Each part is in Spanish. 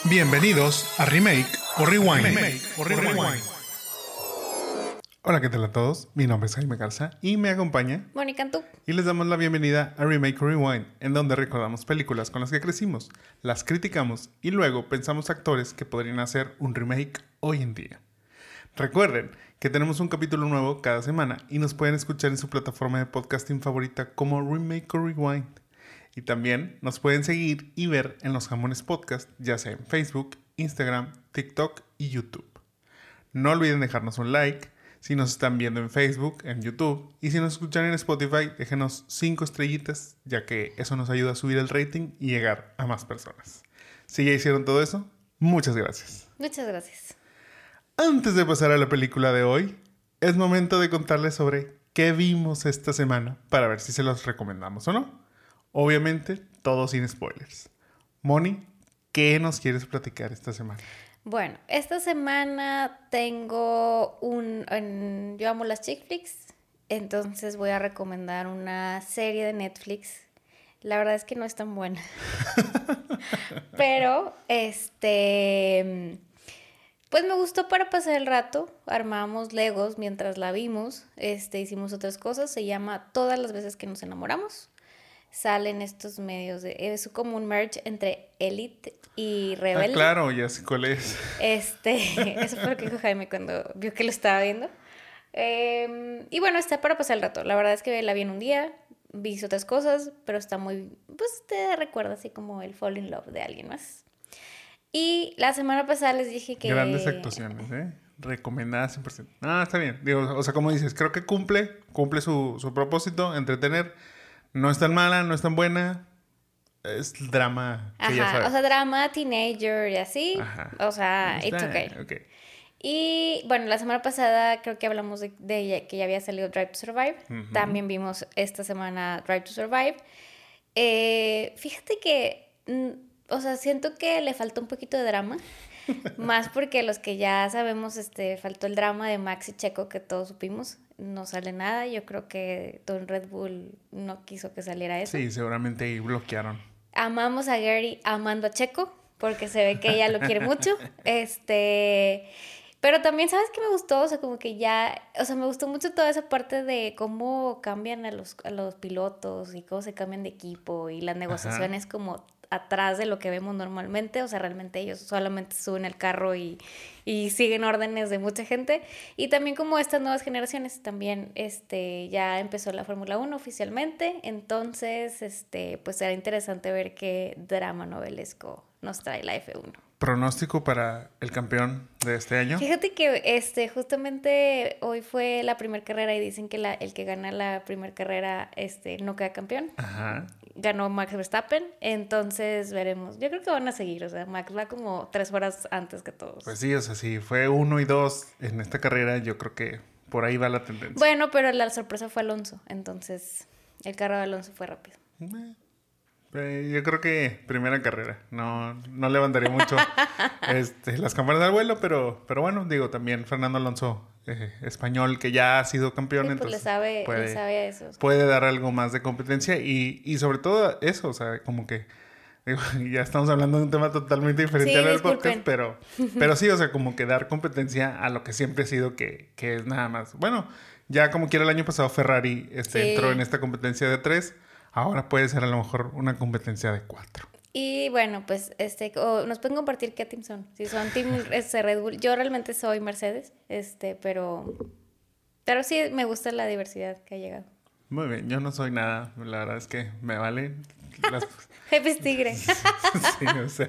Bienvenidos a Remake o Rewind. Hola, ¿qué tal a todos? Mi nombre es Jaime Garza y me acompaña Mónica Antú. y les damos la bienvenida a Remake o Rewind, en donde recordamos películas con las que crecimos, las criticamos y luego pensamos actores que podrían hacer un remake hoy en día. Recuerden que tenemos un capítulo nuevo cada semana y nos pueden escuchar en su plataforma de podcasting favorita como Remake o Rewind. Y también nos pueden seguir y ver en Los Jamones Podcast, ya sea en Facebook, Instagram, TikTok y YouTube. No olviden dejarnos un like si nos están viendo en Facebook, en YouTube. Y si nos escuchan en Spotify, déjenos 5 estrellitas, ya que eso nos ayuda a subir el rating y llegar a más personas. Si ya hicieron todo eso, muchas gracias. Muchas gracias. Antes de pasar a la película de hoy, es momento de contarles sobre qué vimos esta semana para ver si se los recomendamos o no. Obviamente, todo sin spoilers. Moni, ¿qué nos quieres platicar esta semana? Bueno, esta semana tengo yo amo las chick flicks, entonces voy a recomendar una serie de Netflix. La verdad es que no es tan buena. Pero, pues me gustó para pasar el rato. Armamos Legos mientras la vimos. Hicimos otras cosas. Se llama Todas las veces que nos enamoramos. Salen estos medios es como un merge entre Elite y Rebelde. Ah, claro, ya sé cuál es. Eso fue lo que dijo Jaime cuando vio que lo estaba viendo. Y bueno, está para pasar el rato. La verdad es que la vi en un día, vi otras cosas, pero está muy, pues te recuerda así como el fall in love de alguien más. Y la semana pasada les dije que... Grandes actuaciones, ¿eh? Recomendadas 100%. Ah, está bien. Digo, o sea, como dices, creo que cumple su propósito, entretener. No es tan mala, no es tan buena. Es drama que ya sabes. O sea, drama, teenager y así. Ajá. O sea, it's okay. Y bueno, la semana pasada creo que hablamos de que ya había salido Drive to Survive. Uh-huh. También vimos esta semana Drive to Survive. Fíjate que, o sea, siento que le faltó un poquito de drama. Más porque los que ya sabemos, faltó el drama de Max y Checo que todos supimos. No sale nada. Yo creo que Don Red Bull no quiso que saliera eso. Sí, seguramente ahí bloquearon. Amamos a Gary amando a Checo, porque se ve que ella lo quiere mucho. Pero también, ¿sabes qué me gustó? O sea, como que ya... O sea, me gustó mucho toda esa parte de cómo cambian a los pilotos y cómo se cambian de equipo y las negociaciones como atrás de lo que vemos normalmente. O sea, realmente ellos solamente suben al carro y siguen órdenes de mucha gente. Y también como estas nuevas generaciones también ya empezó la Fórmula 1 oficialmente. Entonces, pues será interesante ver qué drama novelesco nos trae la F1. ¿Pronóstico para el campeón de este año? Fíjate que justamente hoy fue la primera carrera y dicen que el que gana la primera carrera no queda campeón. Ajá. Ganó Max Verstappen, entonces veremos. Yo creo que van a seguir, o sea, Max va como 3 horas antes que todos. Pues sí, o sea, si fue 1 y 2 en esta carrera, yo creo que por ahí va la tendencia. Bueno, pero la sorpresa fue Alonso, entonces el carro de Alonso fue rápido. Yo creo que primera carrera. No levantaría mucho las campanas al vuelo, pero bueno, digo, también Fernando Alonso, español, que ya ha sido campeón, sí, pues entonces le sabe a eso. Puede dar algo más de competencia y sobre todo eso, o sea, como que digo, ya estamos hablando de un tema totalmente diferente al podcast, pero sí, o sea, como que dar competencia a lo que siempre ha sido, que es nada más. Bueno, ya como quiera el año pasado Ferrari entró en esta competencia de 3. Ahora puede ser a lo mejor una competencia de 4. Y bueno, pues nos pueden compartir qué team son. Si son team Red Bull. Yo realmente soy Mercedes, pero sí me gusta la diversidad que ha llegado. Muy bien, yo no soy nada. La verdad es que me valen las... Jefes tigre. Sí, o sea.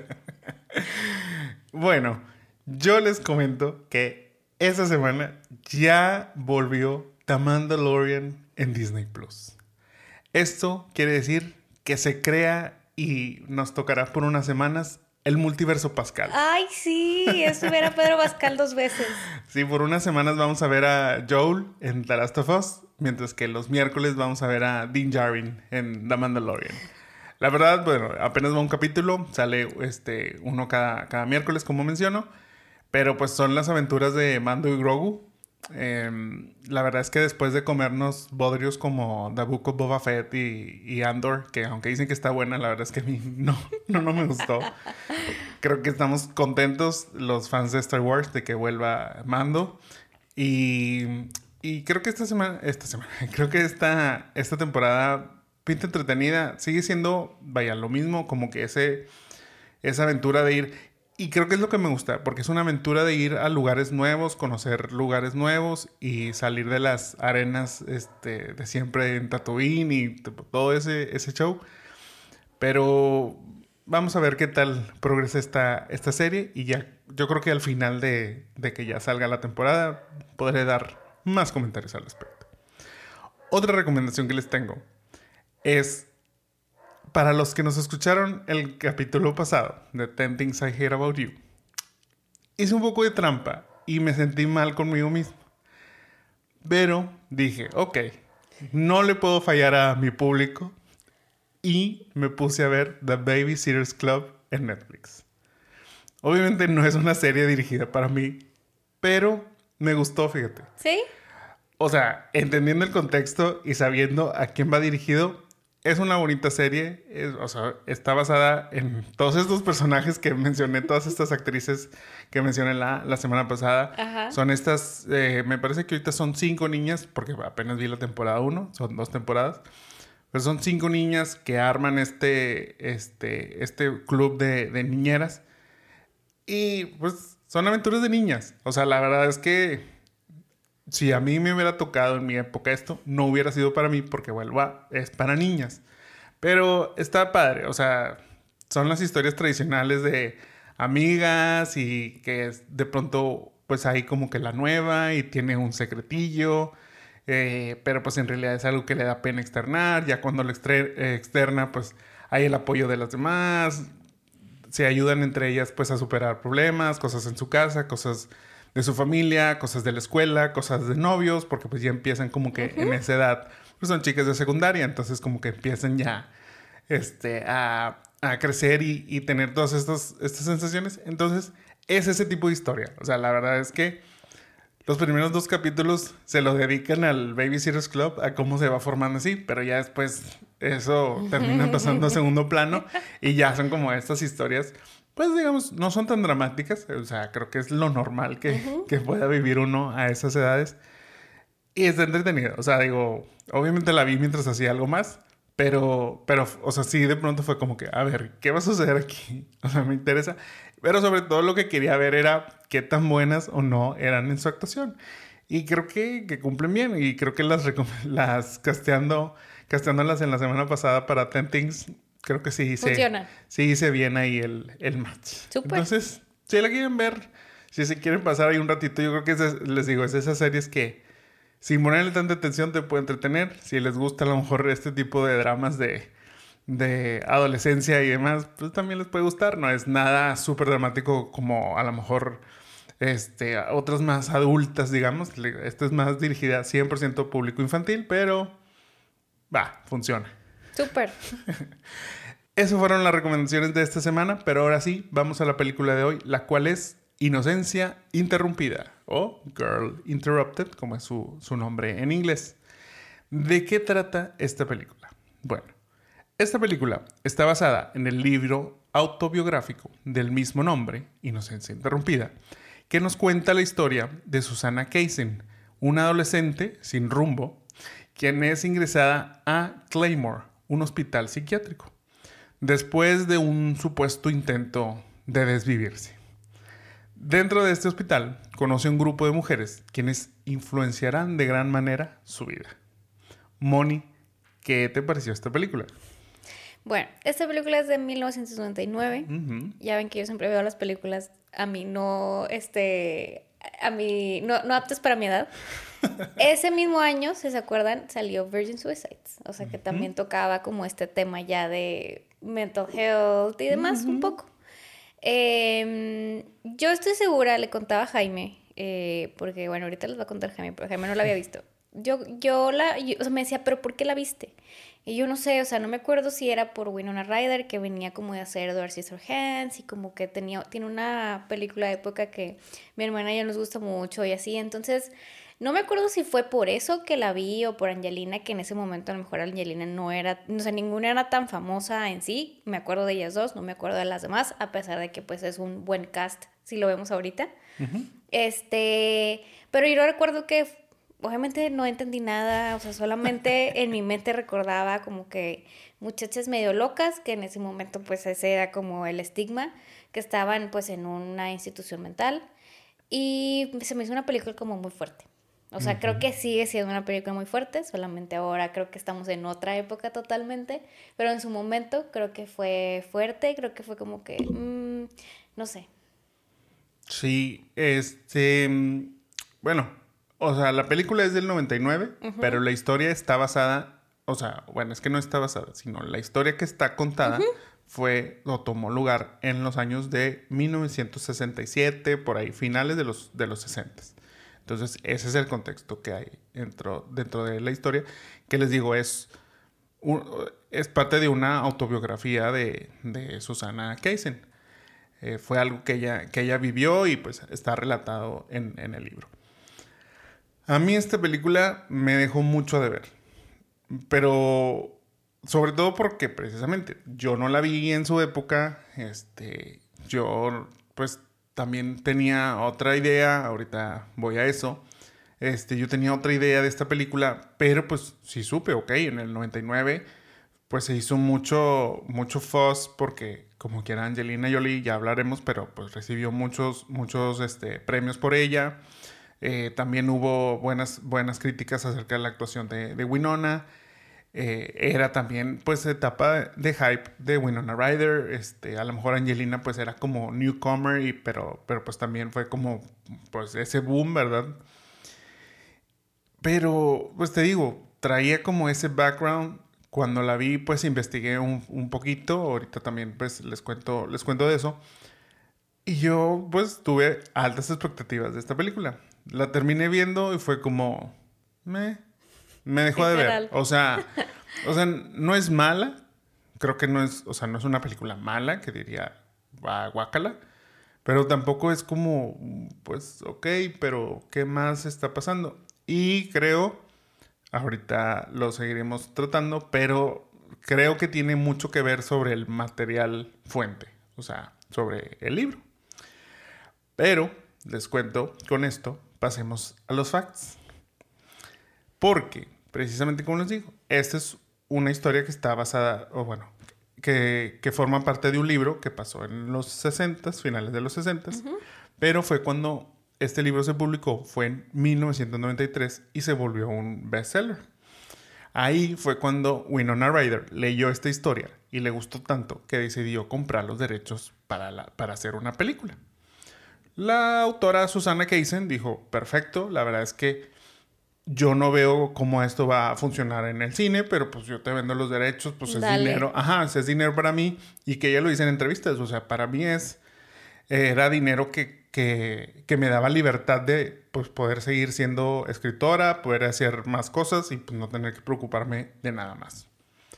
Bueno, yo les comento que esta semana ya volvió The Mandalorian en Disney Plus. Esto quiere decir que se crea y nos tocará por unas semanas el multiverso Pascal. ¡Ay, sí! Eso ver a Pedro Pascal 2 veces. Sí, por unas semanas vamos a ver a Joel en The Last of Us, mientras que los miércoles vamos a ver a Din Djarin en The Mandalorian. La verdad, bueno, apenas va un capítulo, sale uno cada miércoles, como menciono, pero pues son las aventuras de Mando y Grogu. La verdad es que después de comernos bodrios como The Book of Boba Fett y Andor, que aunque dicen que está buena, la verdad es que a mí no me gustó. creo que estamos contentos los fans de Star Wars de que vuelva Mando. Y creo que creo que esta temporada pinta entretenida. Sigue siendo, vaya, lo mismo, como que esa aventura de ir. Y creo que es lo que me gusta, porque es una aventura de ir a lugares nuevos, conocer lugares nuevos y salir de las arenas de siempre en Tatooine y todo ese show. Pero vamos a ver qué tal progresa esta serie. Y ya, yo creo que al final de que ya salga la temporada, podré dar más comentarios al respecto. Otra recomendación que les tengo es para los que nos escucharon el capítulo pasado de 10 Things I Hate About You. Hice un poco de trampa y me sentí mal conmigo mismo. Pero dije, ok, no le puedo fallar a mi público. Y me puse a ver The Babysitters Club en Netflix. Obviamente no es una serie dirigida para mí, pero me gustó, fíjate. ¿Sí? O sea, entendiendo el contexto y sabiendo a quién va dirigido, es una bonita serie. O sea, está basada en todos estos personajes que mencioné, todas estas actrices que mencioné la semana pasada. Ajá. Son estas, me parece que ahorita son 5 niñas, porque apenas vi la temporada 1, son 2 temporadas. Pero son 5 niñas que arman este club de niñeras. Y pues son aventuras de niñas. O sea, la verdad es que si a mí me hubiera tocado en mi época esto, no hubiera sido para mí porque, bueno, es para niñas. Pero está padre. O sea, son las historias tradicionales de amigas y que de pronto pues hay como que la nueva y tiene un secretillo. Pero pues en realidad es algo que le da pena externar. Ya cuando lo externa, pues hay el apoyo de las demás. Se ayudan entre ellas pues a superar problemas, cosas en su casa, cosas de su familia, cosas de la escuela, cosas de novios, porque pues ya empiezan como que en esa edad, pues son chicas de secundaria, entonces como que empiezan ya a crecer y tener todas estas sensaciones. Entonces es ese tipo de historia. O sea, la verdad es que los primeros 2 capítulos se lo dedican al Babysitters Club, a cómo se va formando así, pero ya después eso termina pasando a segundo plano y ya son como estas historias, pues digamos, no son tan dramáticas. O sea, creo que es lo normal que pueda vivir uno a esas edades. Y está entretenido. O sea, digo, obviamente la vi mientras hacía algo más, pero, o sea, sí, de pronto fue como que, a ver, ¿qué va a suceder aquí? O sea, me interesa. Pero sobre todo lo que quería ver era qué tan buenas o no eran en su actuación. Y creo que cumplen bien. Y creo que las casteándolas en la semana pasada para 10 Things, creo que sí hice bien ahí el match. Súper. Entonces, si la quieren ver, si se quieren pasar ahí un ratito, yo creo que les digo, es esas series que sin ponerle tanta atención te puede entretener. Si les gusta a lo mejor este tipo de dramas de adolescencia y demás, pues también les puede gustar. No es nada súper dramático como a lo mejor otras más adultas, digamos. Esta es más dirigida 100% público infantil, pero funciona. Súper. Esas fueron las recomendaciones de esta semana, pero ahora sí, vamos a la película de hoy, la cual es Inocencia Interrumpida, o Girl Interrupted, como es su nombre en inglés. ¿De qué trata esta película? Bueno, esta película está basada en el libro autobiográfico del mismo nombre, Inocencia Interrumpida, que nos cuenta la historia de Susana Kaysen, una adolescente sin rumbo, quien es ingresada a Claymore, un hospital psiquiátrico, después de un supuesto intento de desvivirse. Dentro de este hospital conoce un grupo de mujeres quienes influenciarán de gran manera su vida. Moni, ¿qué te pareció esta película? Bueno, esta película es de 1999. Ya ven que yo siempre veo las películas no aptas para mi edad. Ese mismo año, si se acuerdan, salió Virgin Suicides. O sea, que también tocaba como este tema ya de mental health y demás un poco. Yo estoy segura, le contaba a Jaime, porque bueno, ahorita les va a contar Jaime, pero Jaime no la había visto. Yo o sea, me decía, ¿pero por qué la viste? Y yo no sé, o sea, no me acuerdo si era por Winona Ryder, que venía como de hacer Edward Scissorhands, y como que tiene una película de época que mi hermana ya nos gusta mucho y así. Entonces, No me acuerdo si fue por eso que la vi o por Angelina, que en ese momento a lo mejor Angelina no era, o sea, ninguna era tan famosa en sí. Me acuerdo de ellas dos, no me acuerdo de las demás, a pesar de que pues es un buen cast, si lo vemos ahorita. Ujú. Pero yo recuerdo que obviamente no entendí nada, o sea, solamente en mi mente recordaba como que muchachas medio locas, que en ese momento pues ese era como el estigma, que estaban pues en una institución mental y se me hizo una película como muy fuerte. O sea, creo que sigue siendo una película muy fuerte, solamente ahora creo que estamos en otra época totalmente, pero en su momento creo que fue fuerte, creo que fue como que, no sé. Sí, bueno, o sea, la película es del 99, pero la historia está basada, o sea, bueno, es que no está basada, sino la historia que está contada fue o tomó lugar en los años de 1967, por ahí, finales de los 60. Entonces, ese es el contexto que hay dentro de la historia, que les digo, es parte de una autobiografía de Susana Kaysen. Fue algo que ella vivió y pues está relatado en el libro. A mí esta película me dejó mucho de ver, pero sobre todo porque precisamente yo no la vi en su época, yo pues también tenía otra idea, ahorita voy a eso. Yo tenía otra idea de esta película, pero pues sí supe, ok, en el 99 pues se hizo mucho fuss porque como quiera Angelina Jolie, ya hablaremos, pero pues recibió muchos premios por ella. También hubo buenas críticas acerca de la actuación de Winona. Era también pues etapa de hype de Winona Ryder. A lo mejor Angelina pues era como newcomer, pero pues también fue como pues ese boom, ¿verdad? Pero pues te digo, traía como ese background. Cuando la vi pues investigué un poquito. Ahorita también pues les cuento de eso. Y yo pues tuve altas expectativas de esta película. La terminé viendo y fue como... me dejó de ver. O sea, no es mala. Creo que no es... O sea, no es una película mala que diría guácala. Pero tampoco es como... Pues ok, pero ¿qué más está pasando? Y creo... Ahorita lo seguiremos tratando, pero creo que tiene mucho que ver sobre el material fuente. O sea, sobre el libro. Pero, les cuento, con esto pasemos a los facts. Porque, precisamente como les digo, esta es una historia que está basada, o bueno, que forma parte de un libro que pasó en los 60, finales de los 60, pero fue cuando este libro se publicó, fue en 1993 y se volvió un bestseller. Ahí fue cuando Winona Ryder leyó esta historia y le gustó tanto que decidió comprar los derechos para hacer una película. La autora Susana Kaysen dijo, perfecto, la verdad es que yo no veo cómo esto va a funcionar en el cine, pero pues yo te vendo los derechos, pues es dinero. Ajá, es dinero para mí. Y que ella lo dice en entrevistas, o sea, para mí era dinero que me daba libertad de pues, poder seguir siendo escritora, poder hacer más cosas y pues no tener que preocuparme de nada más.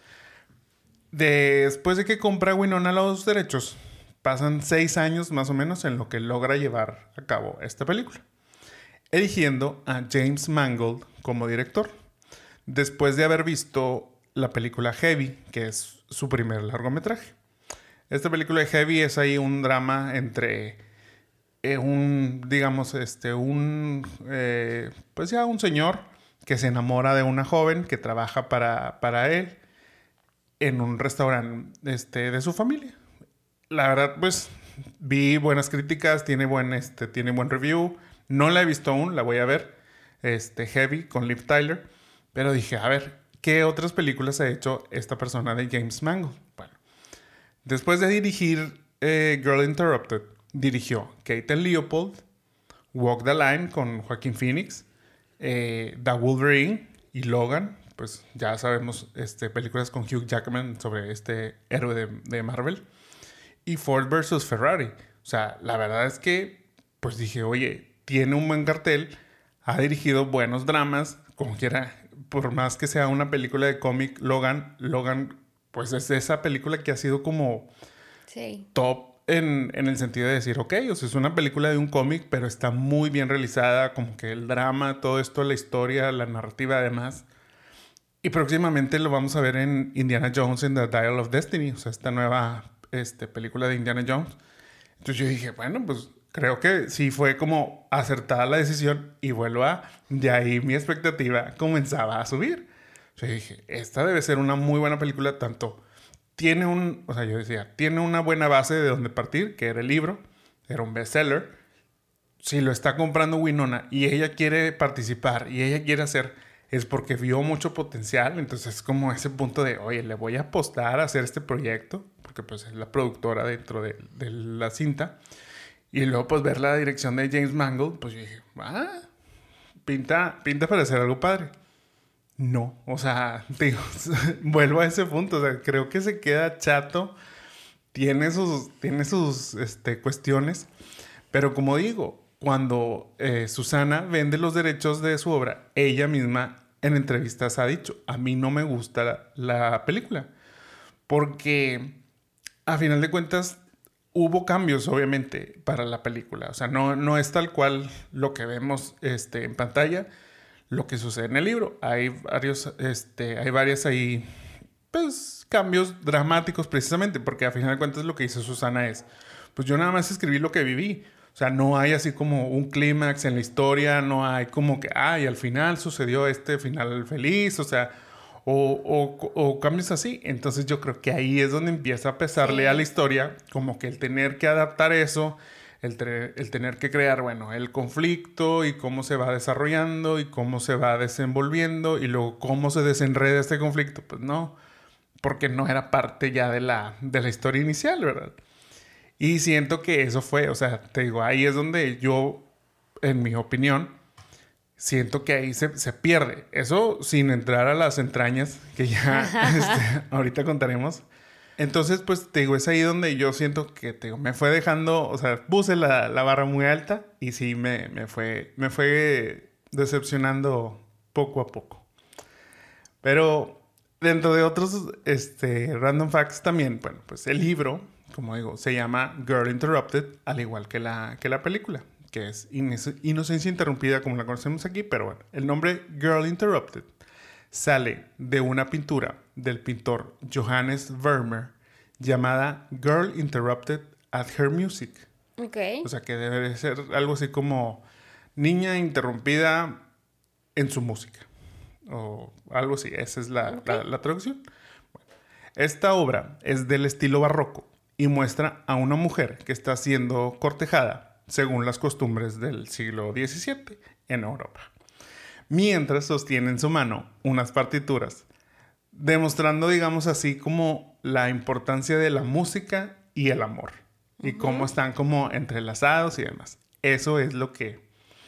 Después de que compra Winona los derechos, pasan 6 años más o menos en lo que logra llevar a cabo esta película, eligiendo a James Mangold como director, después de haber visto la película Heavy, que es su primer largometraje. Esta película de Heavy es ahí un drama entre pues ya un señor que se enamora de una joven que trabaja para él en un restaurante de su familia. La verdad, pues vi buenas críticas, tiene buen review. No la he visto aún, la voy a ver. Heavy con Liv Tyler. Pero dije, a ver, ¿qué otras películas ha hecho esta persona de James Mangold? Bueno, después de dirigir Girl Interrupted, dirigió Kate and Leopold, Walk the Line con Joaquin Phoenix, The Wolverine y Logan. Pues ya sabemos películas con Hugh Jackman sobre este héroe de Marvel. Y Ford vs. Ferrari. O sea, la verdad es que pues dije, oye, tiene un buen cartel, ha dirigido buenos dramas, como quiera, por más que sea una película de cómic, Logan, pues es esa película que ha sido como sí, top en el sentido de decir, ok, o sea, es una película de un cómic, pero está muy bien realizada, como que el drama, todo esto, la historia, la narrativa además. Y próximamente lo vamos a ver en Indiana Jones and the Dial of Destiny, o sea, esta nueva película de Indiana Jones. Entonces yo dije, bueno, pues creo que sí fue como acertada la decisión y de ahí mi expectativa comenzaba a subir. Yo dije, esta debe ser una muy buena película, tanto o sea, yo decía, tiene una buena base de donde partir, que era el libro, era un bestseller. Si lo está comprando Winona y ella quiere participar y ella quiere hacer, es porque vio mucho potencial. Entonces es como ese punto de, oye, le voy a apostar a hacer este proyecto, porque pues es la productora dentro de la cinta. Y luego pues ver la dirección de James Mangold, pues yo dije, pinta para hacer algo padre. No, o sea, digo, vuelvo a ese punto, o sea, creo que se queda chato, tiene sus cuestiones, pero como digo, cuando Susana vende los derechos de su obra, ella misma en entrevistas ha dicho, a mí no me gusta la película, porque a final de cuentas hubo cambios obviamente para la película, o sea, no es tal cual lo que vemos en pantalla, lo que sucede en el libro. Hay varias ahí, pues, cambios dramáticos precisamente, porque a final de cuentas lo que dice Susana es, pues yo nada más escribí lo que viví. O sea, no hay así como un clímax en la historia, no hay como que, y al final sucedió este final feliz, o sea, o cambios así. Entonces yo creo que ahí es donde empieza a pesarle a la historia, como que el tener que adaptar eso, el tener que crear, bueno, el conflicto y cómo se va desarrollando y cómo se va desenvolviendo y luego cómo se desenreda este conflicto. Pues no, porque no era parte ya de la historia inicial, ¿verdad? Y siento que eso fue, o sea, te digo, ahí es donde yo, en mi opinión, siento que ahí se pierde. Eso sin entrar a las entrañas, que ya ahorita contaremos. Entonces, pues, te digo, es ahí donde yo siento que, te digo, me fue dejando, o sea, puse la barra muy alta y sí me fue decepcionando poco a poco. Pero dentro de otros random facts también, bueno, pues el libro, como digo, se llama Girl Interrupted, al igual que la película, que es Inocencia Interrumpida, como la conocemos aquí, pero bueno, el nombre Girl Interrupted sale de una pintura del pintor Johannes Vermeer llamada Girl Interrupted at Her Music. Ok. O sea que debe ser algo así como niña interrumpida en su música. O algo así, esa es la traducción. Bueno, esta obra es del estilo barroco y muestra a una mujer que está siendo cortejada según las costumbres del siglo XVII en Europa, mientras sostiene en su mano unas partituras, demostrando, digamos así, como la importancia de la música y el amor, y cómo están como entrelazados y demás. Eso es lo que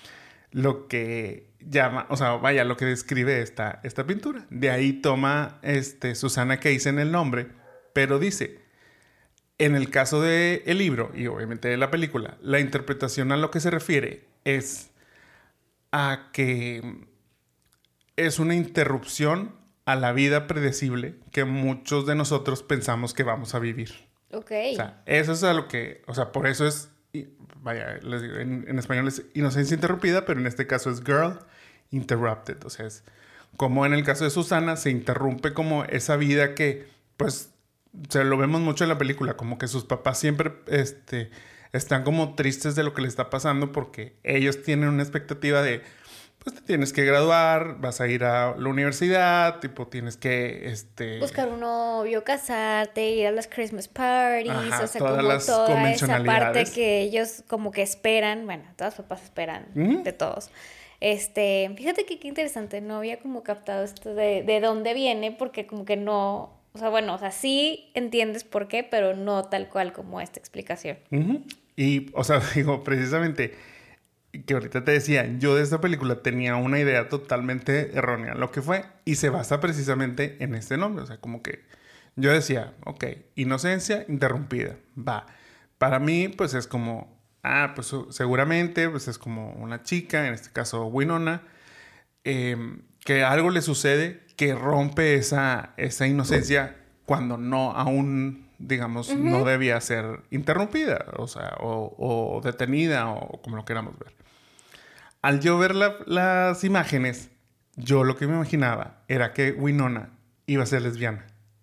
llama, o sea, vaya, lo que describe esta pintura. De ahí toma Susana Case en el nombre, pero dice, en el caso del libro y obviamente de la película, la interpretación a lo que se refiere es a que es una interrupción a la vida predecible que muchos de nosotros pensamos que vamos a vivir. Ok. O sea, eso es a lo que, o sea, por eso es, vaya, les digo, en español es inocencia interrumpida, pero en este caso es Girl Interrupted. O sea, es como en el caso de Susana, se interrumpe como esa vida que, pues, se lo vemos mucho en la película, como que sus papás siempre, están como tristes de lo que le está pasando porque ellos tienen una expectativa de, pues te tienes que graduar, vas a ir a la universidad, tipo tienes que, buscar un novio, casarte, ir a las Christmas parties, ajá, o sea, todas como las toda esa parte convencionalidades que ellos como que esperan, bueno, todos los papás esperan de todos. Fíjate que qué interesante, no había como captado esto de dónde viene, porque como que no, o sea, bueno, o sea, sí entiendes por qué, pero no tal cual como esta explicación. Y, o sea, digo, precisamente, que ahorita te decía, yo de esta película tenía una idea totalmente errónea, lo que fue, y se basa precisamente en este nombre, o sea, como que yo decía, ok, inocencia interrumpida, va. Para mí, pues es como, pues seguramente, pues es como una chica, en este caso Winona, que algo le sucede que rompe esa inocencia cuando aún digamos, no debía ser interrumpida, o sea, o detenida, o como lo queramos ver. Al yo ver las imágenes, yo lo que me imaginaba era que Winona iba a ser lesbiana.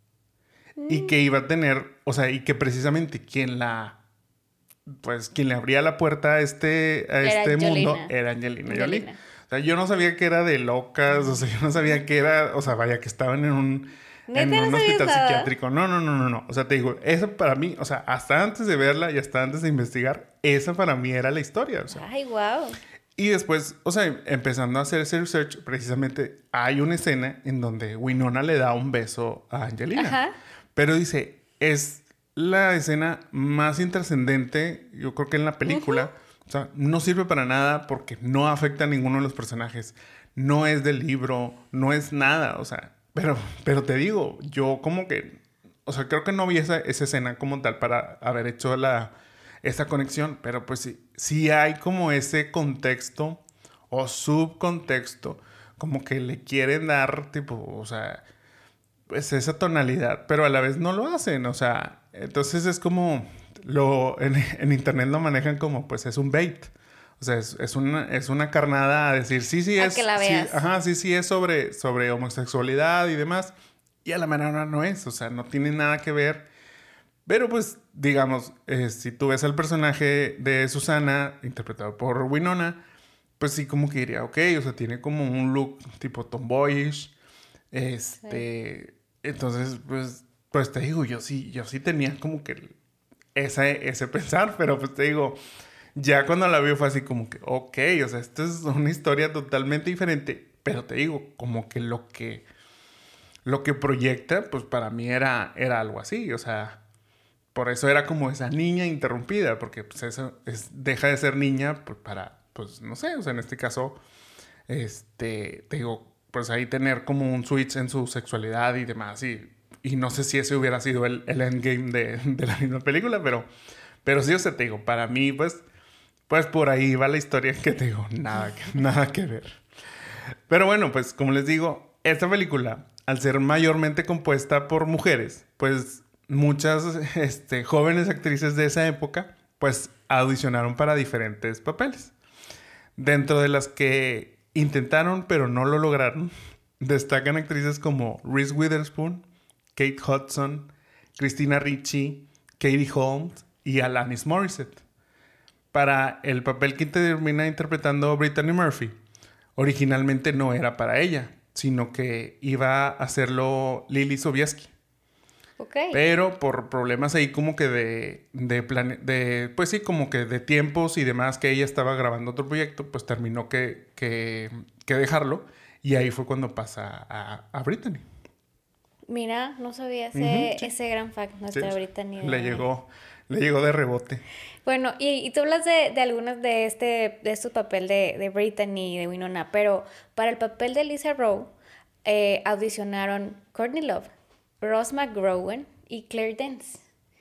Y que iba a tener, o sea, y que precisamente quien le abría la puerta a este mundo era Angelina Jolie. O sea, yo no sabía que era de locas, o sea, yo no sabía que era, o sea, vaya, que estaban en un hospital psiquiátrico. No. O sea, te digo, eso para mí, o sea, hasta antes de verla y hasta antes de investigar, esa para mí era la historia. O sea. Ay, wow. Y después, o sea, empezando a hacer ese research, precisamente hay una escena en donde Winona le da un beso a Angelina. Ajá. Pero dice, es la escena más intrascendente, yo creo que en la película. O sea, no sirve para nada porque no afecta a ninguno de los personajes. No es del libro, no es nada, o sea. Pero te digo, yo como que... O sea, creo que no vi esa escena como tal para haber hecho esa conexión. Pero pues sí hay como ese contexto o subcontexto. Como que le quieren dar tipo, o sea... Pues esa tonalidad, pero a la vez no lo hacen, o sea, entonces es como en internet lo manejan como pues es un bait, o sea, es una carnada a decir sí a es, que la veas. sí es sobre homosexualidad y demás, y a la manera no es, o sea, no tiene nada que ver, pero pues digamos, si tú ves al personaje de Susana interpretado por Winona, pues sí como que diría, ok, o sea, tiene como un look tipo tomboyish. Sí. Entonces, pues te digo, yo sí tenía como que ese pensar, pero pues te digo, ya cuando la vi fue así como que, ok, o sea, esto es una historia totalmente diferente, pero te digo, como que lo que proyecta, pues para mí era algo así, o sea, por eso era como esa niña interrumpida, porque pues eso deja de ser niña pues, pues no sé, o sea, en este caso, te digo, pues ahí tener como un switch en su sexualidad y demás. Y no sé si ese hubiera sido el endgame de la misma película, pero sí, o sea, te digo, para mí, pues por ahí va la historia que te digo, nada que ver. Pero bueno, pues como les digo, esta película, al ser mayormente compuesta por mujeres, pues muchas jóvenes actrices de esa época, pues audicionaron para diferentes papeles. Dentro de las que intentaron, pero no lo lograron, destacan actrices como Reese Witherspoon, Kate Hudson, Christina Ricci, Katie Holmes y Alanis Morissette. Para el papel que termina interpretando Brittany Murphy, originalmente no era para ella, sino que iba a hacerlo Lily Sobieski. Okay. Pero por problemas ahí como que pues sí, como que de tiempos y demás, que ella estaba grabando otro proyecto, pues terminó que dejarlo. Y ahí fue cuando pasa a Brittany. Mira, no sabía ese gran fact, nuestra sí, Brittany. Le llegó de rebote. Bueno, y tú hablas de algunas de estos papel de Brittany y de Winona, pero para el papel de Lisa Rowe audicionaron Courtney Love, Ross McGowan y Claire Danes.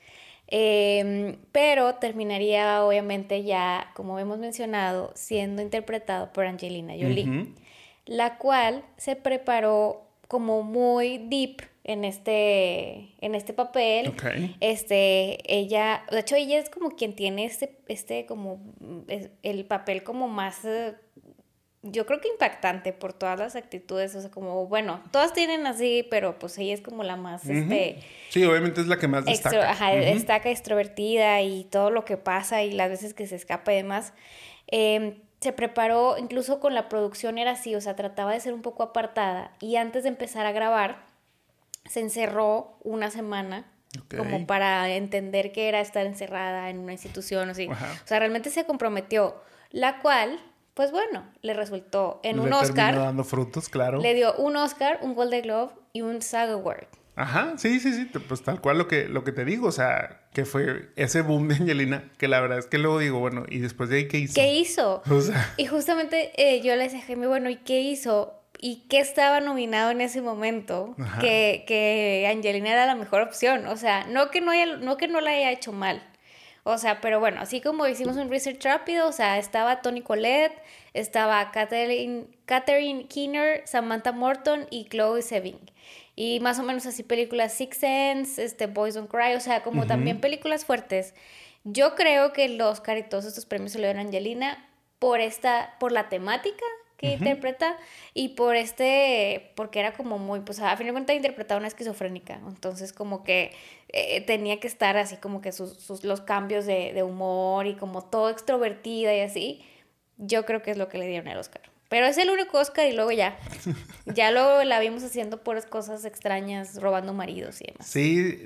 Pero terminaría obviamente ya, como hemos mencionado, siendo interpretado por Angelina Jolie, la cual se preparó como muy deep en este papel. Okay. Ella, de hecho, ella es como quien tiene como el papel como más yo creo que impactante por todas las actitudes, o sea, como, bueno, todas tienen así, pero pues ella es como la más, Sí, obviamente es la que más destaca. Destaca, extrovertida y todo lo que pasa y las veces que se escapa y demás. Se preparó, incluso con la producción era así, o sea, trataba de ser un poco apartada y antes de empezar a grabar, se encerró una semana. Okay. Como para entender qué era estar encerrada en una institución, así. O sea, realmente se comprometió, la cual... Pues bueno, le resultó en un Oscar. Le dando frutos, claro. Le dio un Oscar, un Golden Globe y un SAG Award. Ajá, sí, pues tal cual lo que te digo, o sea, que fue ese boom de Angelina, que la verdad es que luego digo, bueno, ¿y después de ahí qué hizo? ¿Qué hizo? O sea... Y justamente yo le decía a Jaime, bueno, ¿y qué hizo? ¿Y qué estaba nominado en ese momento? Que Angelina era la mejor opción, o sea, no que no la haya hecho mal. O sea, pero bueno, así como hicimos un research rápido, o sea, estaba Toni Collette, estaba Catherine Keener, Samantha Morton y Chloe Sevigny. Y más o menos así películas Sixth Sense, Boys Don't Cry, o sea, como también películas fuertes. Yo creo que el Oscar y todos estos premios se lo dieron a Angelina por la temática que interpreta y porque era como muy, pues a fin de cuentas interpretaba una esquizofrénica, entonces como que tenía que estar así como que los cambios de humor y como todo extrovertida y así, yo creo que es lo que le dieron el Oscar. Pero es el único Oscar y luego ya luego la vimos haciendo puras cosas extrañas, robando maridos y demás. Sí,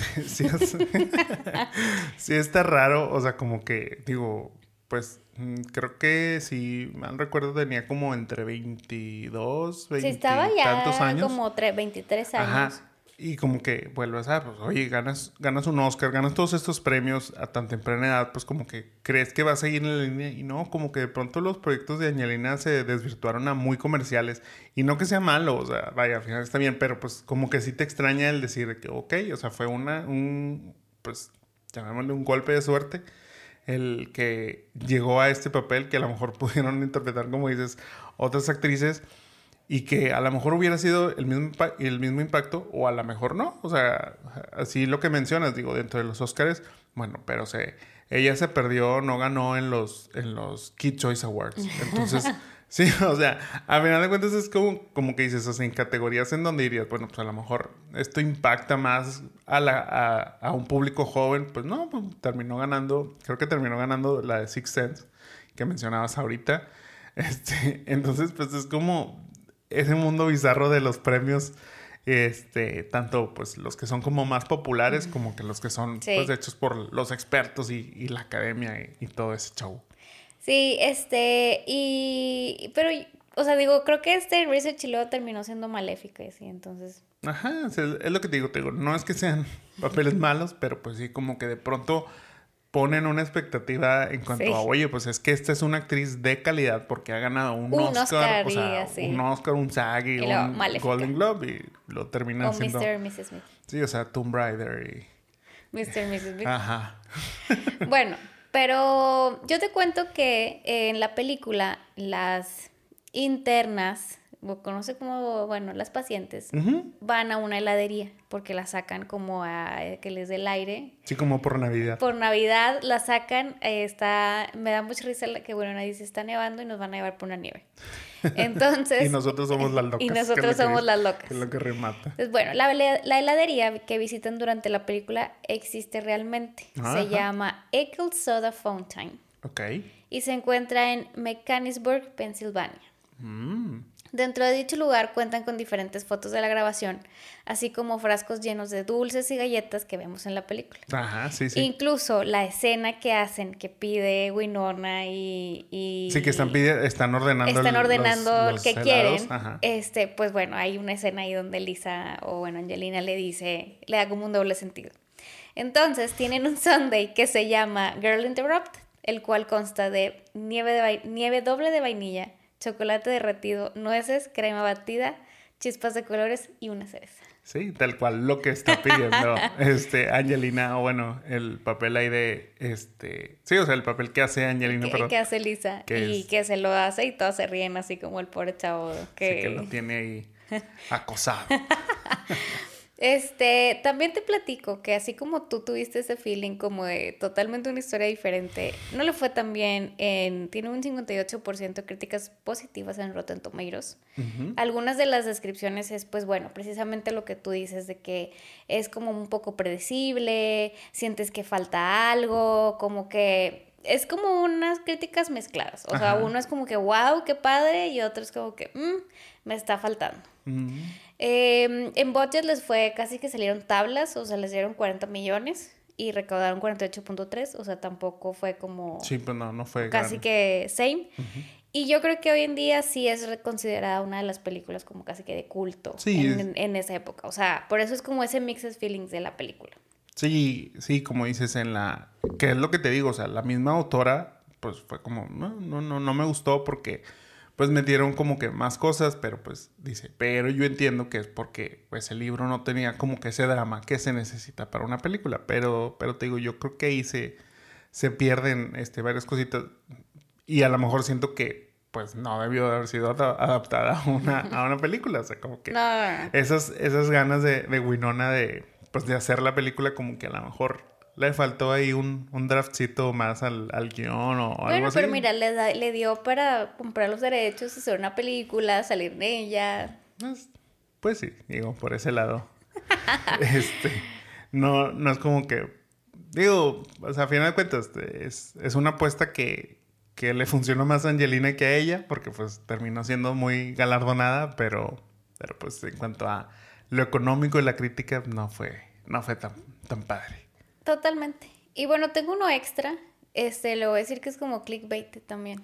sí está raro, o sea, como que, digo, pues creo que si mal recuerdo tenía como entre 22, 20 sí, estaba y ya tantos años. como 23 años. Ajá. Y como que vuelves a, pues, oye, ganas un Oscar, ganas todos estos premios a tan temprana edad, pues como que crees que va a seguir en la línea y no, como que de pronto los proyectos de Angelina se desvirtuaron a muy comerciales y no que sea malo, o sea, vaya, al final está bien, pero pues como que sí te extraña el decir que, ok, o sea, fue pues, llamémosle un golpe de suerte el que llegó a este papel que a lo mejor pudieron interpretar, como dices, otras actrices. Y que a lo mejor hubiera sido el mismo impacto o a lo mejor no. O sea, así lo que mencionas, digo, dentro de los Oscars, bueno, pero ella se perdió, no ganó en los Kid Choice Awards. Entonces, sí, o sea, a final de cuentas es como que dices, o sea, en categorías en donde dirías, bueno, pues a lo mejor esto impacta más a un público joven. Pues no, pues creo que terminó ganando la de Sixth Sense que mencionabas ahorita. Entonces, pues es como ese mundo bizarro de los premios, tanto pues los que son como más populares como que los que son pues hechos por los expertos y la academia y todo ese show. Sí, pero, o sea, digo, creo que Research y luego terminó siendo maléfica y así, entonces. Ajá, es lo que te digo, no es que sean papeles malos, pero pues sí como que de pronto ponen una expectativa en cuanto a, oye, pues es que esta es una actriz de calidad porque ha ganado un Oscar, o sea, un Oscar, un SAG y un Maléfica. Golden Globe y lo termina haciendo. Mr. y Mrs. Smith. Sí, o sea, Tomb Raider y... Mr. y Mrs. Smith. Ajá. Bueno, pero yo te cuento que en la película las internas, o conoce como, bueno, las pacientes, van a una heladería porque la sacan como a que les dé el aire. Sí, como por Navidad. Por Navidad la sacan, me da mucha risa que, bueno, nadie se está nevando y nos van a llevar por una nieve. Entonces... y nosotros somos las locas. Y nosotros somos las locas. Es lo que remata. Entonces, bueno, la heladería que visitan durante la película existe realmente. Se llama Eccles Soda Fountain. Ok. Y se encuentra en Mechanicsburg, Pensilvania. Dentro de dicho lugar cuentan con diferentes fotos de la grabación, así como frascos llenos de dulces y galletas que vemos en la película. Ajá, sí, sí. Incluso la escena que hacen, que pide Winona y sí, que están ordenando los que helados. Quieren. Ajá. Pues bueno, hay una escena ahí donde Angelina le da como un doble sentido. Entonces tienen un sundae que se llama Girl Interrupt, el cual consta de nieve doble de vainilla, chocolate derretido, nueces, crema batida, chispas de colores y una cereza. Sí, tal cual lo que está pidiendo Angelina, o bueno, el papel ahí sí, o sea, el papel que hace Angelina, que hace Lisa, que se lo hace y todos se ríen así como el pobre chavo que lo tiene ahí acosado. También te platico que así como tú tuviste ese feeling como de totalmente una historia diferente, no le fue tan bien. Tiene un 58% de críticas positivas en Rotten Tomatoes. Algunas de las descripciones es, pues bueno, precisamente lo que tú dices de que es como un poco predecible, sientes que falta algo, como que es como unas críticas mezcladas. O sea, uno es como que wow, qué padre, y otro es como que me está faltando. En budget les fue casi que salieron tablas, o sea, les dieron 40 millones y recaudaron 48.3, o sea, tampoco fue como... Sí, pues no fue casi que same. Y yo creo que hoy en día sí es considerada una de las películas como casi que de culto en esa época. O sea, por eso es como ese mixed feelings de la película. Sí, como dices que es lo que te digo, o sea, la misma autora, pues fue como, no me gustó porque... pues metieron como que más cosas, pero pues dice, pero yo entiendo que es porque pues el libro no tenía como que ese drama que se necesita para una película, pero te digo, yo creo que ahí se pierden varias cositas y a lo mejor siento que pues no debió de haber sido adaptada a una película. O sea, como que No. esas ganas de Winona de hacer la película, como que a lo mejor le faltó ahí un draftcito más al guión o algo Bueno, así. pero mira, le dio para comprar los derechos, hacer una película, salir de ella. Pues sí, digo, por ese lado. No es como que... Digo, o sea, a final de cuentas, es una apuesta que le funcionó más a Angelina que a ella, porque pues terminó siendo muy galardonada, pero pues en cuanto a lo económico y la crítica, no fue tan padre. Totalmente. Y bueno, tengo uno extra. Le voy a decir que es como clickbait también.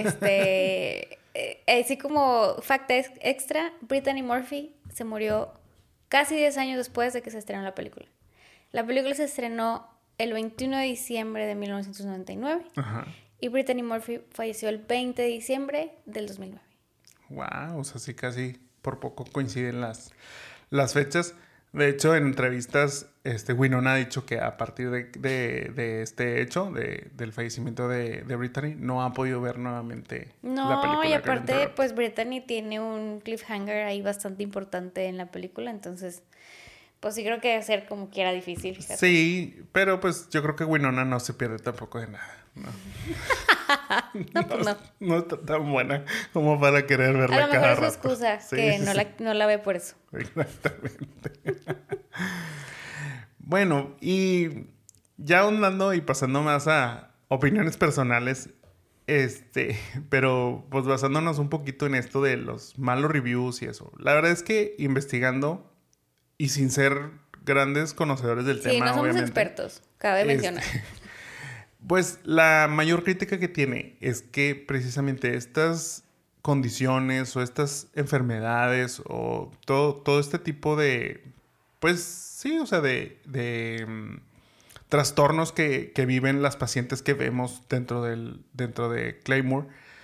Así como fact extra, Brittany Murphy se murió casi 10 años después de que se estrenó la película. La película se estrenó el 21 de diciembre de 1999. Ajá. Y Brittany Murphy falleció el 20 de diciembre del 2009. Wow, o sea, sí casi por poco coinciden las fechas. De hecho, en entrevistas, Winona ha dicho que a partir de este hecho, del fallecimiento de Brittany, no ha podido ver nuevamente la película. No, y aparte, pues Brittany tiene un cliffhanger ahí bastante importante en la película, entonces, pues sí creo que debe ser como que era difícil, fíjate. Sí, pero pues yo creo que Winona no se pierde tampoco de nada, ¿no? No, pues no. No está tan buena como para querer verla cada rato. A lo mejor es su excusa, Sí, que sí. no la ve por eso. Exactamente. Bueno, y ya ahondando y pasando más a opiniones personales, pero pues basándonos un poquito en esto de los malos reviews y eso. La verdad es que investigando y sin ser grandes conocedores del tema, Sí, no somos obviamente, expertos, cabe mencionar. pues la mayor crítica que tiene es que precisamente estas condiciones o estas enfermedades o todo este tipo de, pues sí, o sea, de trastornos que viven las pacientes que vemos dentro de Claymore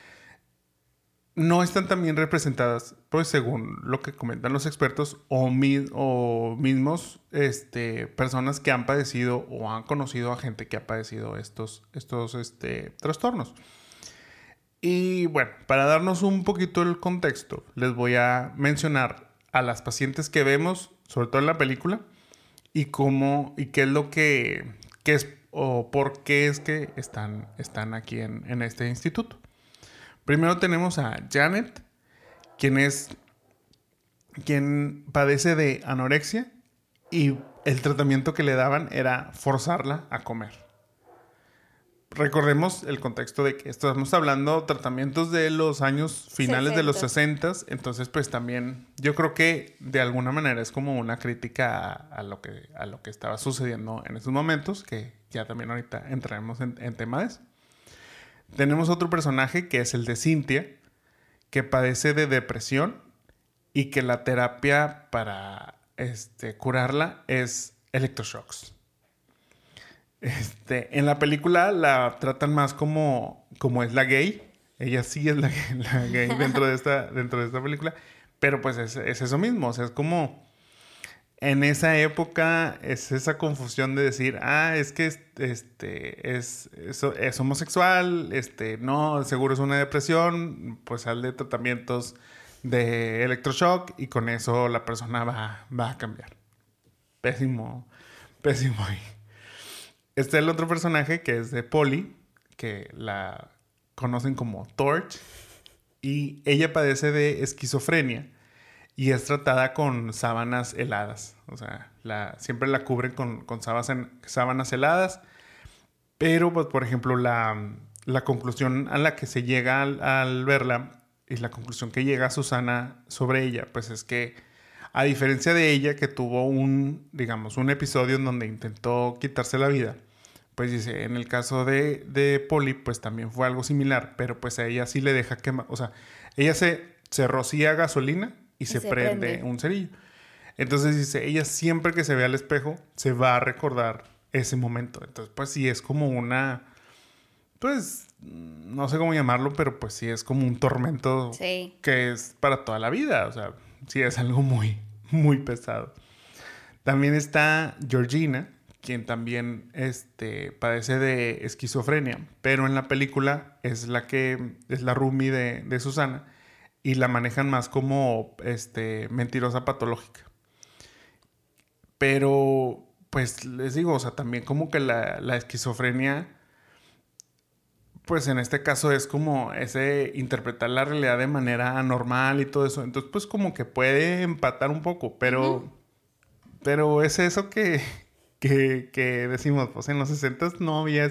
no están tan bien representadas, pues según lo que comentan los expertos o mismos personas que han padecido o han conocido a gente que ha padecido estos trastornos. Y bueno, para darnos un poquito el contexto, les voy a mencionar a las pacientes que vemos, sobre todo en la película, y qué es lo que es o por qué es que están aquí en este instituto. Primero tenemos a Janet, quien padece de anorexia y el tratamiento que le daban era forzarla a comer. Recordemos el contexto de que estamos hablando de tratamientos de los años finales 60. de los 60, entonces pues también yo creo que de alguna manera es como una crítica a lo que estaba sucediendo en esos momentos, que ya también ahorita entraremos en tema de eso. Tenemos otro personaje que es el de Cynthia, que padece de depresión y que la terapia para curarla es electroshocks. En la película la tratan más como es la gay. Ella sí es la gay dentro de esta película. Pero pues es eso mismo. O sea, es como... En esa época es esa confusión de decir, es que es homosexual, no, seguro es una depresión, pues hazle tratamientos de electroshock y con eso la persona va a cambiar. Pésimo ahí. Está el otro personaje que es de Polly, que la conocen como Torch, y ella padece de esquizofrenia. Y es tratada con sábanas heladas. O sea, siempre la cubren con sábanas heladas. Pero, pues, por ejemplo, la conclusión a la que se llega al verla y la conclusión que llega Susana sobre ella, pues es que, a diferencia de ella, que tuvo un episodio en donde intentó quitarse la vida, pues dice, en el caso de Polly, pues también fue algo similar. Pero, pues, a ella sí le deja quemar. O sea, ella se rocía gasolina y se prende un cerillo. Entonces dice, ella siempre que se ve al espejo se va a recordar ese momento. Entonces, pues sí es como una... Pues, no sé cómo llamarlo, pero pues sí es como un tormento que es para toda la vida. O sea, sí es algo muy, muy pesado. También está Georgina, quien también padece de esquizofrenia, pero en la película es la roomie de Susana y la manejan más como mentirosa patológica. Pero, pues les digo, o sea, también como que la esquizofrenia, pues en este caso es como ese interpretar la realidad de manera anormal y todo eso. Entonces, pues como que puede empatar un poco, pero es eso que decimos, pues en los 60 no había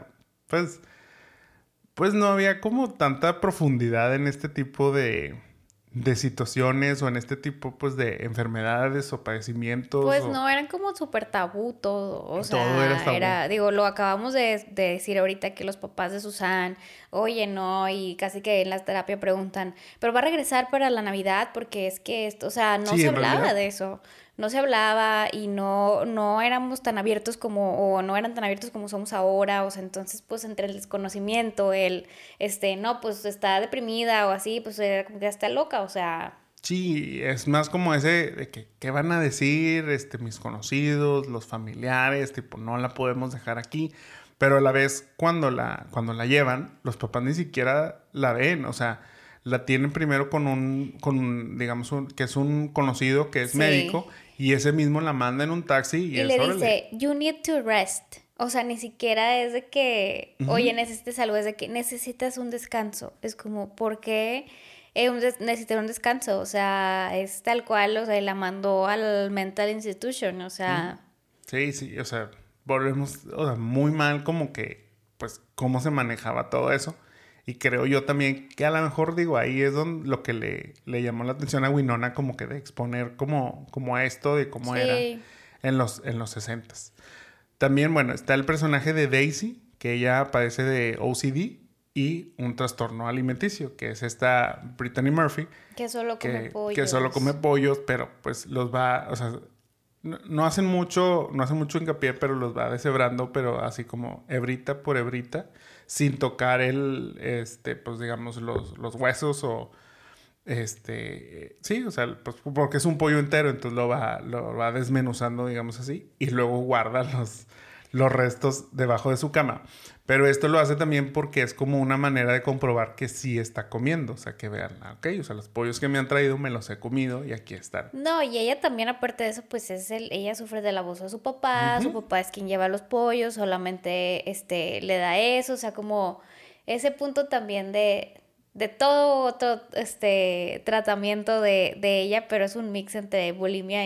pues no había como tanta profundidad en este tipo de situaciones o en este tipo pues de enfermedades o padecimientos Pues o no, eran como súper tabú todo, o todo era sea, tabú. digo, lo acabamos de decir ahorita que los papás de Susan, oye, no, y casi que en la terapia preguntan, pero va a regresar para la Navidad porque es que esto, o sea, no Sí, se en hablaba realidad. de eso, no se hablaba y no éramos tan abiertos como, o no eran tan abiertos como somos ahora, o sea, entonces, pues, entre el desconocimiento, no, pues, está deprimida o así, pues, era como que está loca, o sea... Sí, es más como ese de que qué van a decir mis conocidos, los familiares, tipo, no la podemos dejar aquí. Pero a la vez, cuando la llevan, los papás ni siquiera la ven. O sea, la tienen primero digamos, que es un conocido que es médico, Sí. y ese mismo la manda en un taxi y Y es, le órale. dice, you need to rest. O sea, ni siquiera es de que, Ujú. oye, necesitas algo, es de que necesitas un descanso. Es como, ¿por qué necesitas un descanso? O sea, es tal cual, o sea, la mandó al mental institution, o Ujú. sea, Sí, sí, o sea, volvemos, o sea, muy mal como que, pues, cómo se manejaba todo eso. Y creo yo también que a lo mejor, digo, ahí es donde lo que le llamó la atención a Winona, como que de exponer como a esto de cómo era sí. en los 60s. También, bueno, está el personaje de Daisy, que ella padece de OCD y un trastorno alimenticio, que es esta Brittany Murphy, Que solo come que solo come pollos. pollos, pero pues los va, o sea, no hace mucho hincapié, pero los va deshebrando, pero así como hebrita por hebrita, sin tocar pues digamos, los huesos o, sí, o sea, pues porque es un pollo entero, entonces lo va desmenuzando, digamos así, y luego guarda los restos debajo de su cama. Pero esto lo hace también porque es como una manera de comprobar que sí está comiendo. O sea, que vean, ok, o sea, los pollos que me han traído me los he comido y aquí están. No, y ella también, aparte de eso, pues ella sufre del abuso de su Ujú. papá es quien lleva los pollos, solamente le da eso, o sea, como ese punto también de todo otro tratamiento de ella, pero es un mix entre bulimia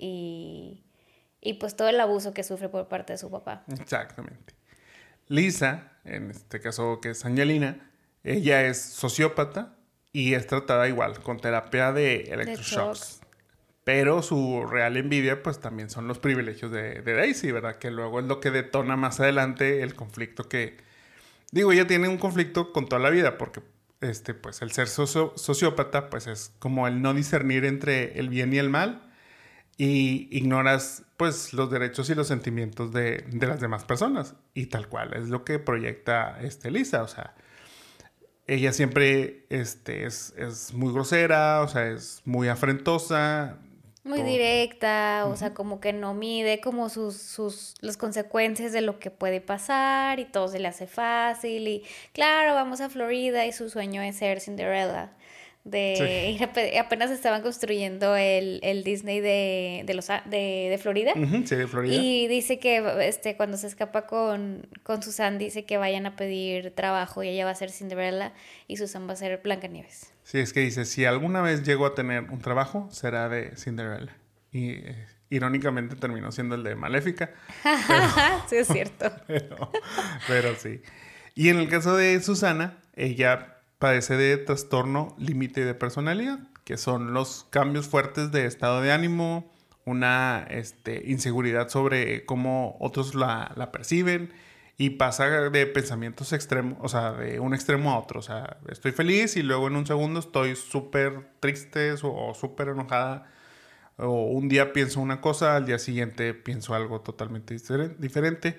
y pues todo el abuso que sufre por parte de su papá. Exactamente. Lisa, en este caso que es Angelina, ella es sociópata y es tratada igual, con terapia de De shock. electroshocks. Pero su real envidia, pues también son los privilegios de Daisy, ¿verdad? Que luego es lo que detona más adelante el conflicto que. Digo, ella tiene un conflicto con toda la vida, porque pues el ser sociópata, pues es como el no discernir entre el bien y el mal, y ignoras, pues, los derechos y los sentimientos de las demás personas. Y tal cual, es lo que proyecta Lisa, o sea, ella siempre es muy grosera, o sea, es muy afrentosa. Muy Todo. directa, o sea, Ujú. como que no mide como las consecuencias de lo que puede pasar y todo se le hace fácil y claro, vamos a Florida y su sueño es ser Cinderella, Sí. de ir apenas estaban construyendo el Disney de Florida Ujú, sí, de Florida. y dice que cuando se escapa con Susan dice que vayan a pedir trabajo y ella va a ser Cinderella y Susan va a ser Blancanieves. Sí, es que dice, si alguna vez llego a tener un trabajo, será de Cinderella. Y irónicamente terminó siendo el de Maléfica, pero, Sí, es cierto. pero, pero sí. Y en el caso de Susana, ella padece de trastorno límite de personalidad, que son los cambios fuertes de estado de ánimo, una inseguridad sobre cómo otros la perciben y pasa de pensamientos extremos, o sea, de un extremo a otro. O sea, estoy feliz y luego en un segundo estoy súper triste o súper enojada. O un día pienso una cosa, al día siguiente pienso algo totalmente diferente.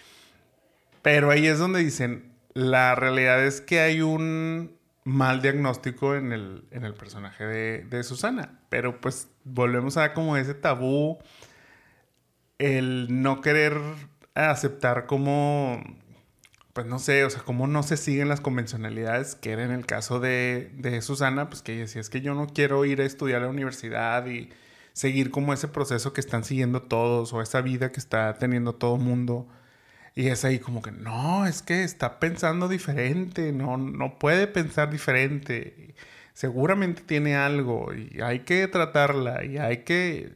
Pero ahí es donde dicen, la realidad es que hay un mal diagnóstico en el personaje de Susana. Pero pues volvemos a como ese tabú el no querer aceptar como, pues no sé, o sea, cómo no se siguen las convencionalidades, que era en el caso de Susana, pues que ella decía, es que yo no quiero ir a estudiar a la universidad y seguir como ese proceso que están siguiendo todos o esa vida que está teniendo todo el mundo. Y es ahí como que, no, es que está pensando diferente, no puede pensar diferente. Seguramente tiene algo y hay que tratarla y hay que...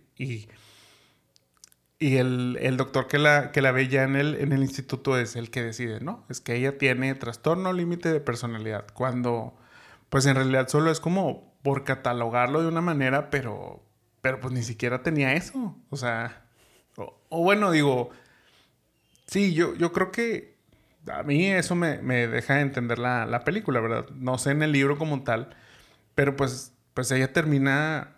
Y el doctor que la ve ya en el instituto es el que decide, ¿no? Es que ella tiene trastorno límite de personalidad. Cuando, pues en realidad solo es como por catalogarlo de una manera, pero pues ni siquiera tenía eso. O sea, o bueno, digo, sí, yo creo que a mí eso me deja de entender la película, ¿verdad? No sé en el libro como tal, pero pues ella termina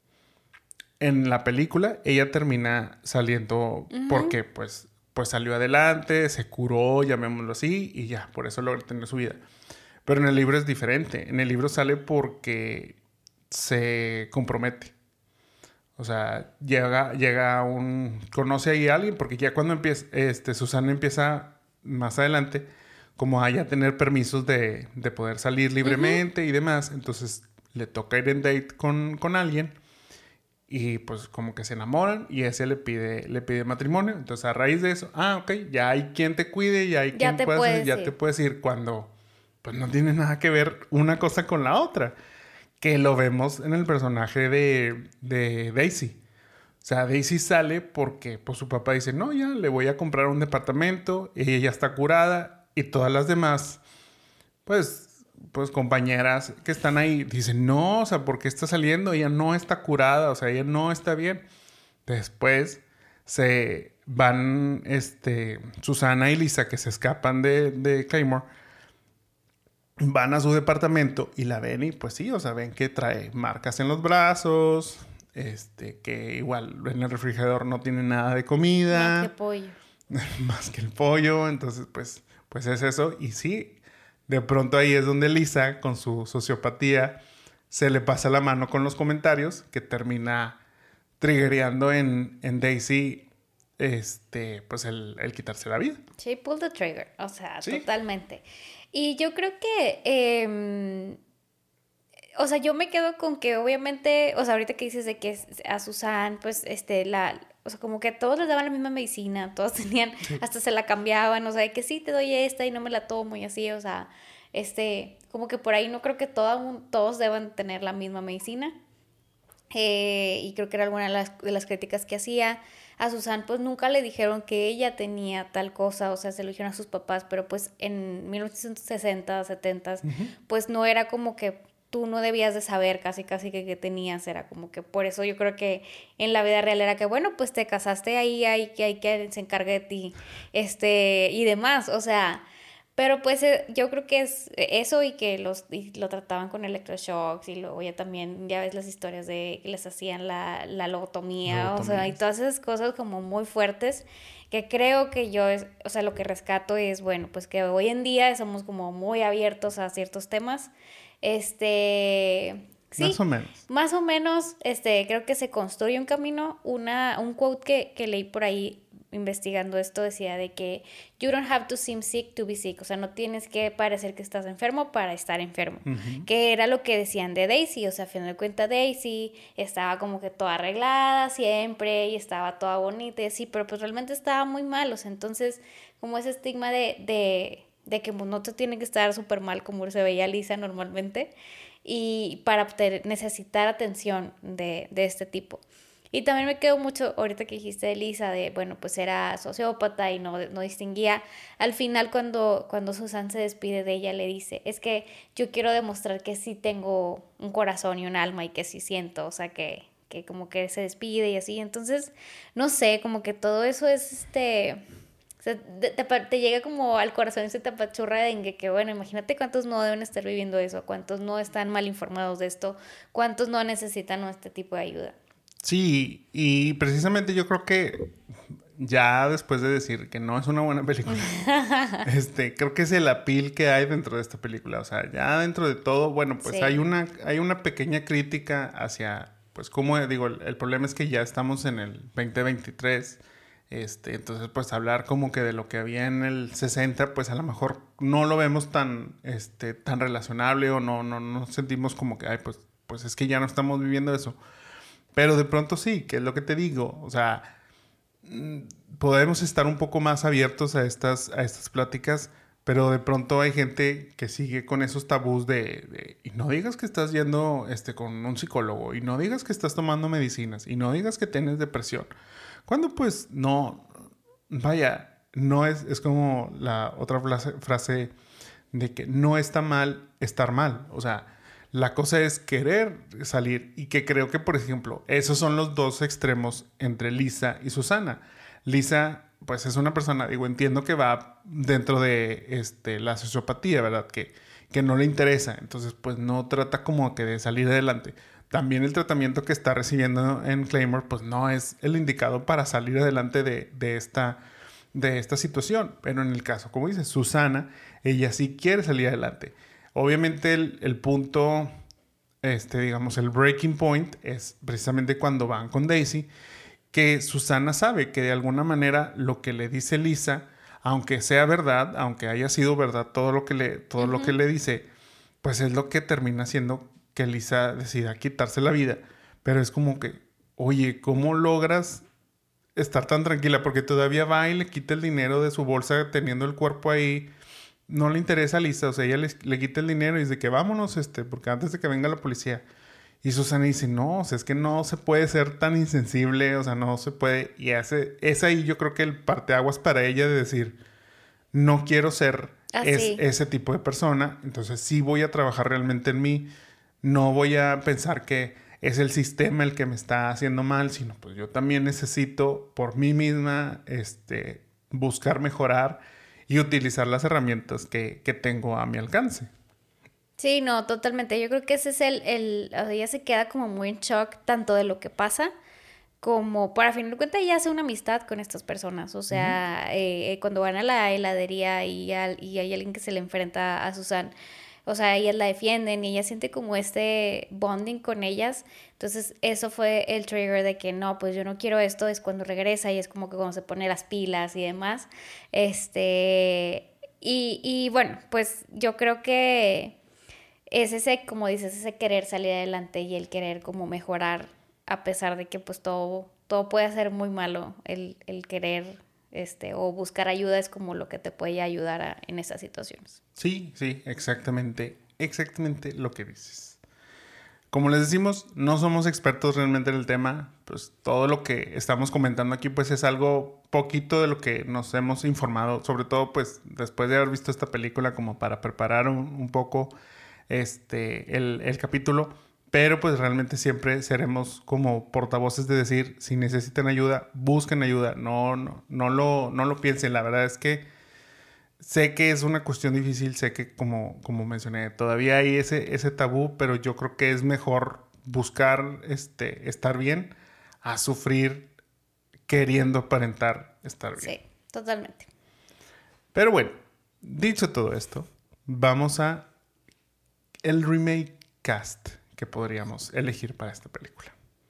en la película, ella termina saliendo porque pues salió adelante, se curó, llamémoslo así, y ya, por eso logra tener su vida. Pero en el libro es diferente. En el libro sale porque se compromete. O sea, llega conoce ahí a alguien, porque ya cuando empieza, Susana empieza más adelante, como a ya tener permisos de poder salir libremente y demás. Entonces le toca ir en date con alguien. Y pues como que se enamoran y ese le pide matrimonio. Entonces a raíz de eso, ok, ya hay quien te cuide, ya hay quien ya te puedes ir cuando pues no tiene nada que ver una cosa con la otra. Que lo vemos en el personaje de Daisy. O sea, Daisy sale porque pues su papá dice, no, ya le voy a comprar un departamento, ella ya está curada y todas las demás pues compañeras que están ahí dicen, no, o sea, ¿por qué está saliendo? Ella no está curada, o sea, ella no está bien. Después se van, Susana y Lisa, que se escapan de Claymore, van a su departamento y la ven y pues sí, o sea, ven que trae marcas en los brazos, que igual en el refrigerador no tiene nada de comida. Más que pollo. Más que el pollo, entonces pues es eso. Y sí, de pronto ahí es donde Lisa, con su sociopatía, se le pasa la mano con los comentarios, que termina triggereando en Daisy, pues el quitarse la vida. Sí, pull the trigger, o sea, ¿Sí? Totalmente. Y yo creo que, o sea, yo me quedo con que obviamente, o sea, ahorita que dices de que a Susan, pues, o sea, como que a todos les daban la misma medicina, todos tenían, hasta se la cambiaban, o sea, de que sí te doy esta y no me la tomo y así, o sea, como que por ahí no creo que todos deban tener la misma medicina. Y creo que era alguna de las críticas que hacía a Susan, pues nunca le dijeron que ella tenía tal cosa, o sea, se lo dijeron a sus papás, pero pues en 1960, 70, pues no era como que tú no debías de saber casi que tenías, era como que por eso yo creo que en la vida real era que bueno, pues te casaste ahí, hay que se encargue de ti, y demás, o sea, pero pues yo creo que es eso y que lo trataban con electroshocks y luego ya también, ya ves las historias de que les hacían la lobotomía, o sea, y todas esas cosas como muy fuertes que creo que o sea, lo que rescato es, bueno, pues que hoy en día somos como muy abiertos a ciertos temas, sí, más o menos, creo que se construye un camino, un quote que leí por ahí investigando esto decía de que you don't have to seem sick to be sick, o sea, no tienes que parecer que estás enfermo para estar enfermo, que era lo que decían de Daisy, o sea, a final de cuentas Daisy estaba como que toda arreglada siempre y estaba toda bonita y así, pero pues realmente estaba muy mal, o sea, entonces como ese estigma de que no te tiene que estar súper mal como se veía Lisa normalmente y para necesitar atención de este tipo. Y también me quedo mucho, ahorita que dijiste de Lisa, de, bueno, pues era sociópata y no distinguía. Al final, cuando Susan se despide de ella, le dice, es que yo quiero demostrar que sí tengo un corazón y un alma y que sí siento, o sea, que como que se despide y así. Entonces, no sé, como que todo eso es, o sea, te llega como al corazón y se te apachurra de dengue, que bueno, imagínate cuántos no deben estar viviendo eso, cuántos no están mal informados de esto, cuántos no necesitan este tipo de ayuda. Sí, y precisamente yo creo que ya después de decir que no es una buena película, creo que es el appeal que hay dentro de esta película. O sea, ya dentro de todo, bueno, pues sí. hay una pequeña crítica hacia, pues como digo, el problema es que ya estamos en el 2023, Entonces, pues hablar como que de lo que había en el 60, pues a lo mejor no lo vemos tan relacionable o no sentimos como que, ay, pues es que ya no estamos viviendo eso. Pero de pronto sí, que es lo que te digo. O sea, podemos estar un poco más abiertos a estas pláticas, pero de pronto hay gente que sigue con esos tabús y no digas que estás yendo con un psicólogo, y no digas que estás tomando medicinas, y no digas que tienes depresión. Cuando pues no, vaya, no es como la otra frase de que no está mal estar mal. O sea, la cosa es querer salir, y que creo que, por ejemplo, esos son los dos extremos entre Lisa y Susana. Lisa, pues es una persona, digo, entiendo que va dentro de la sociopatía, ¿verdad? Que no le interesa, entonces pues no trata como que de salir adelante. También el tratamiento que está recibiendo en Claymore pues no es el indicado para salir adelante de esta situación. Pero en el caso, como dice Susana, ella sí quiere salir adelante. Obviamente el punto, digamos, el breaking point es precisamente cuando van con Daisy, que Susana sabe que de alguna manera lo que le dice Lisa, aunque sea verdad, aunque haya sido verdad todo lo que le dice, pues es lo que termina haciendo que Lisa decida quitarse la vida. Pero es como que, oye, ¿cómo logras estar tan tranquila? Porque todavía va y le quita el dinero de su bolsa teniendo el cuerpo ahí. No le interesa a Lisa, o sea, ella le quita el dinero y dice que vámonos, porque antes de que venga la policía. Y Susana dice, no, o sea, es que no se puede ser tan insensible, o sea, no se puede. Y es ahí yo creo que el parteaguas para ella de decir, no quiero ser ese tipo de persona, entonces sí voy a trabajar realmente en mí, no voy a pensar que es el sistema el que me está haciendo mal, sino pues yo también necesito por mí misma buscar mejorar y utilizar las herramientas que tengo a mi alcance. Sí, no, totalmente. Yo creo que ese es o sea, ella se queda como muy en shock tanto de lo que pasa como, para fin de cuentas, ella hace una amistad con estas personas. O sea, cuando van a la heladería y hay alguien que se le enfrenta a Susan, o sea, ellas la defienden y ella siente como este bonding con ellas. Entonces, eso fue el trigger de que no, pues yo no quiero esto. Es cuando regresa y es como que cuando se pone las pilas y demás. Y bueno, pues yo creo que es ese, como dices, ese querer salir adelante y el querer como mejorar, a pesar de que pues todo puede ser muy malo, el querer o buscar ayuda es como lo que te puede ayudar en esas situaciones. Sí, exactamente lo que dices. Como les decimos, no somos expertos realmente en el tema, pues todo lo que estamos comentando aquí pues es algo poquito de lo que nos hemos informado, sobre todo pues después de haber visto esta película como para preparar un poco el capítulo, pero pues realmente siempre seremos como portavoces de decir, si necesitan ayuda, busquen ayuda, no lo piensen. La verdad es que sé que es una cuestión difícil, sé que como mencioné, todavía hay ese tabú, pero yo creo que es mejor buscar estar bien a sufrir queriendo aparentar estar bien. Sí, totalmente. Pero bueno, dicho todo esto, vamos a el remake cast que podríamos elegir para esta película.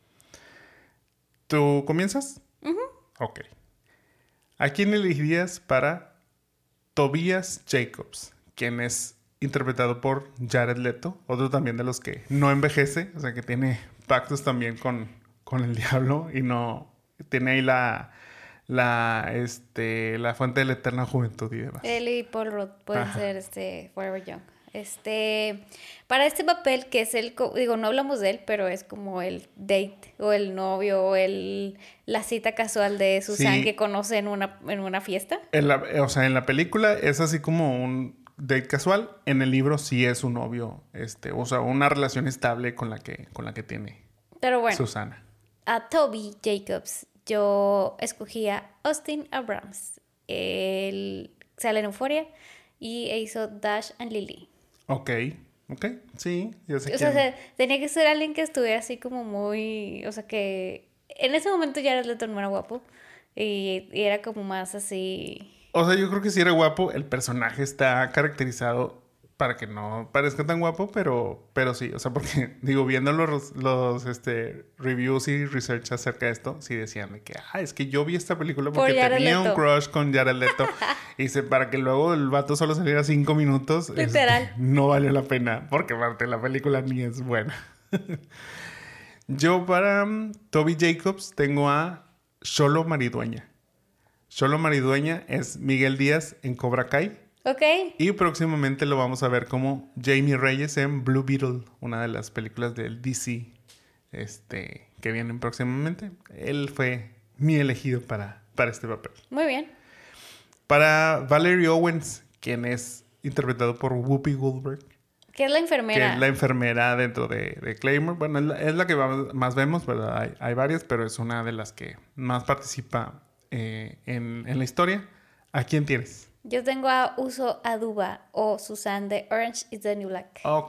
¿Tú comienzas? Uh-huh. Ok. ¿A quién elegirías para Tobias Jacobs, quien es interpretado por Jared Leto, otro también de los que no envejece, o sea que tiene pactos también con el diablo y no tiene ahí la fuente de la eterna juventud y demás? Él y Paul Rudd pueden ser Forever Young. Para este papel que es digo, no hablamos de él, pero es como el date o el novio o la cita casual de Susan, sí, que conoce en una fiesta. O sea, en la película es así como un date casual. En el libro sí es un novio, o sea, una relación estable con la que tiene. Pero bueno, Susana. A Toby Jacobs yo escogía Austin Abrams. Él sale en Euphoria y hizo Dash and Lily. Ok, sí, yo sé quién. O sea, tenía que ser alguien que estuviera así como muy, o sea, que en ese momento ya Jared Leto no era guapo y era como más así. O sea, yo creo que sí era guapo, el personaje está caracterizado para que no parezca tan guapo, pero sí, o sea, porque digo, viendo los reviews y research acerca de esto, sí decían de que, es que yo vi esta película porque tenía un crush con Jared Leto. Y dice, para que luego el vato solo saliera 5 minutos, literal, no valió la pena, porque aparte la película ni es buena. Yo para Toby Jacobs tengo a Xolo Maridueña. Xolo Maridueña es Miguel Díaz en Cobra Kai. Ok. Y próximamente lo vamos a ver como Jamie Reyes en Blue Beetle, una de las películas del DC que vienen próximamente. Él fue mi elegido para este papel. Muy bien. Para Valerie Owens, quien es interpretado por Whoopi Goldberg. ¿Qué es la enfermera? Que es la enfermera dentro de Claymore. Bueno, es la que más vemos, ¿verdad? Hay varias, pero es una de las que más participa en la historia. ¿A quién tienes? Yo tengo a Uso Aduba o Susan de Orange is the New Black. Ok.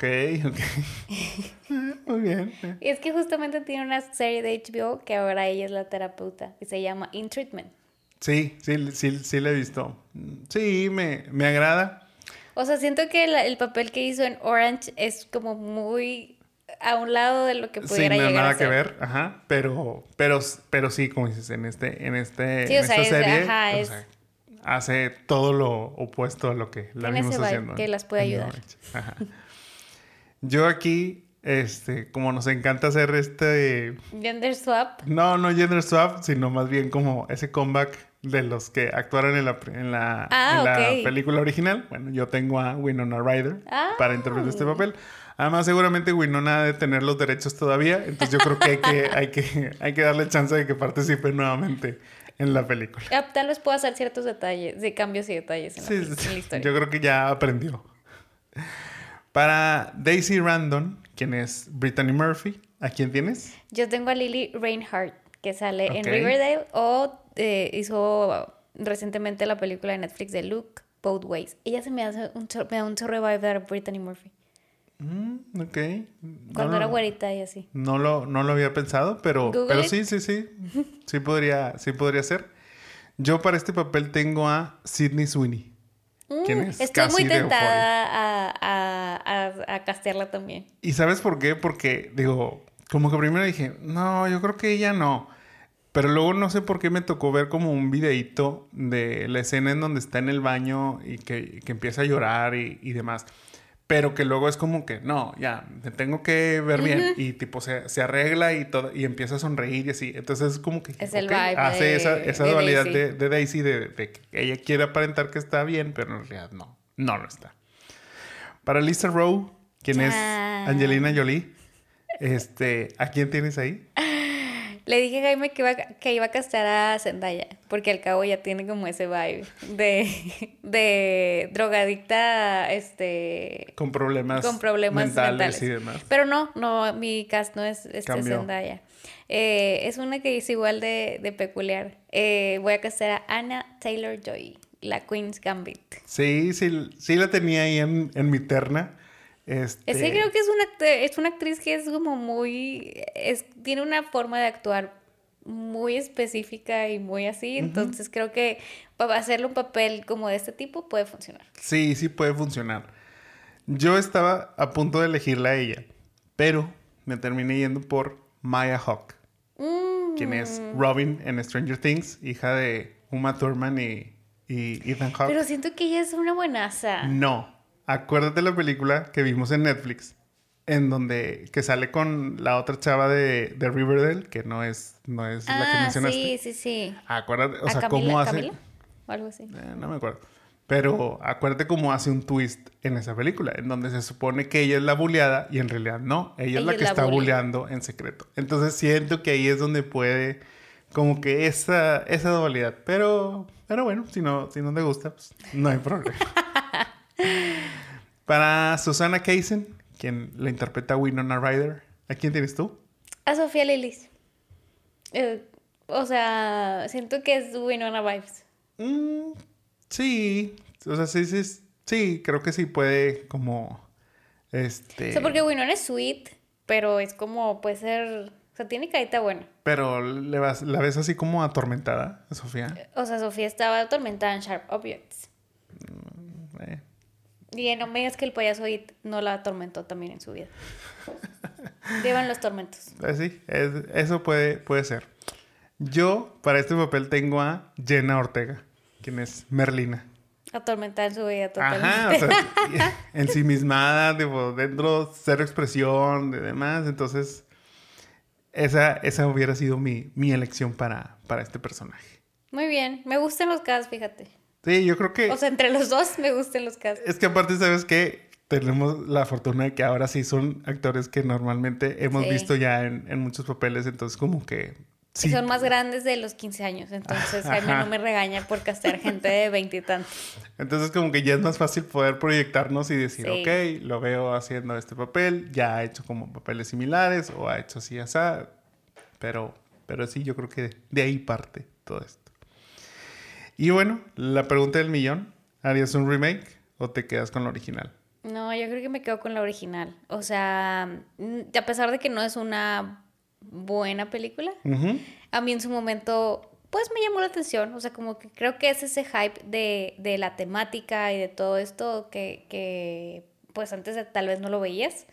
Muy bien. Y es que justamente tiene una serie de HBO que ahora ella es la terapeuta y se llama In Treatment. Sí la he visto. Sí, me agrada. O sea, siento que el papel que hizo en Orange es como muy a un lado de lo que pudiera llegar nada a ser. que ver, ajá, pero sí, como dices, en esta serie, hace todo lo opuesto a lo que la vimos haciendo. Que las puede ayudar. Ajá. Yo aquí, como nos encanta hacer gender swap. No gender swap, sino más bien como ese comeback de los que actuaron en la película original. Bueno, yo tengo a Winona Ryder para interpretar este papel. Además, seguramente Winona ha de tener los derechos todavía, entonces yo creo que hay que darle chance de que participe nuevamente en la película. Tal vez pueda hacer ciertos detalles, de cambios y detalles en la historia. Yo creo que ya aprendió. Para Daisy Randon, quien es Brittany Murphy, ¿a quién tienes? Yo tengo a Lily Reinhardt, que sale en Riverdale o hizo recientemente la película de Netflix de Look Both Ways. Ella me da un chorro de vibe de Brittany Murphy. Ok. Cuando era güerita y así. No lo había pensado, pero sí. Sí podría ser. Yo para este papel tengo a Sydney Sweeney. ¿Quién es? Estoy muy tentada a castearla también. ¿Y sabes por qué? Porque, digo, como que primero dije, no, yo creo que ella no. Pero luego no sé por qué me tocó ver como un videíto de la escena en donde está en el baño y que empieza a llorar y demás. Pero que luego es como que, no, ya, me tengo que ver bien. Y tipo se arregla y todo, y empieza a sonreír y así. Entonces es como que es el vibe hace esa dualidad Daisy. de Daisy de que ella quiere aparentar que está bien, pero en realidad no lo está. Para Lisa Rowe, quien es Angelina Jolie, ¿a quién tienes ahí? Le dije a Jaime que iba a castear a Zendaya, porque al cabo ya tiene como ese vibe de drogadicta, con problemas mentales y demás. Pero no, mi cast no es Zendaya. Es una que es igual de peculiar. Voy a castear a Anna Taylor-Joy, la Queen's Gambit. Sí la tenía ahí en mi terna. Ese creo que es una actriz que es como tiene una forma de actuar muy específica y muy así, entonces creo que para hacerle un papel como de este tipo puede funcionar. Sí puede funcionar. Yo estaba a punto de elegirla a ella, pero me terminé yendo por Maya Hawke, quien es Robin en Stranger Things, hija de Uma Thurman y Ethan Hawke. Pero siento que ella es una buenaza. No. Acuérdate la película que vimos en Netflix, en donde que sale con la otra chava de Riverdale, que no es la que mencionaste. Sí. Acuérdate, o sea, Camila, cómo hace. ¿Camila? O algo así. No me acuerdo. Pero acuérdate cómo hace un twist en esa película, en donde se supone que ella es la bulleada y en realidad no. Ella es la que está bulleando en secreto. Entonces siento que ahí es donde puede, como que esa dualidad. Pero bueno, si no te gusta, pues no hay problema. Para Susana Kaysen, quien la interpreta a Winona Ryder, ¿a quién tienes tú? A Sofía Lillis. O sea, siento que es Winona vibes. Sí. O sea, sí, creo que sí puede como... O sea, porque Winona es sweet, pero es como, puede ser... O sea, tiene carita buena. Pero la ves así como atormentada, Sofía. O sea, Sofía estaba atormentada en Sharp Objects. Y no me digas que el payaso It no la atormentó también en su vida. Vivan los tormentos. Sí, eso puede ser. Yo, para este papel, tengo a Jenna Ortega, quien es Merlina. Atormentada en su vida totalmente. Ajá, o sea, ensimismada, tipo, dentro, cero expresión y demás. Entonces, esa hubiera sido mi elección para este personaje. Muy bien, me gustan los casts, fíjate. Sí, yo creo que... O sea, entre los dos me gustan los casts. Es que aparte, ¿sabes qué? Tenemos la fortuna de que ahora sí son actores que normalmente hemos visto ya en muchos papeles. Entonces, como que... Sí. Y son más grandes de los 15 años. Entonces, Jaime no me regaña por castear gente de 20 y tantos. Entonces, como que ya es más fácil poder proyectarnos y decir, ok, lo veo haciendo este papel. Ya ha hecho como papeles similares o ha hecho así, así. Pero sí, yo creo que de ahí parte todo esto. Y bueno, la pregunta del millón. ¿Harías un remake o te quedas con la original? No, yo creo que me quedo con la original. O sea, a pesar de que no es una buena película, a mí en su momento, pues me llamó la atención. O sea, como que creo que es ese hype de la temática y de todo esto que pues antes tal vez no lo veías.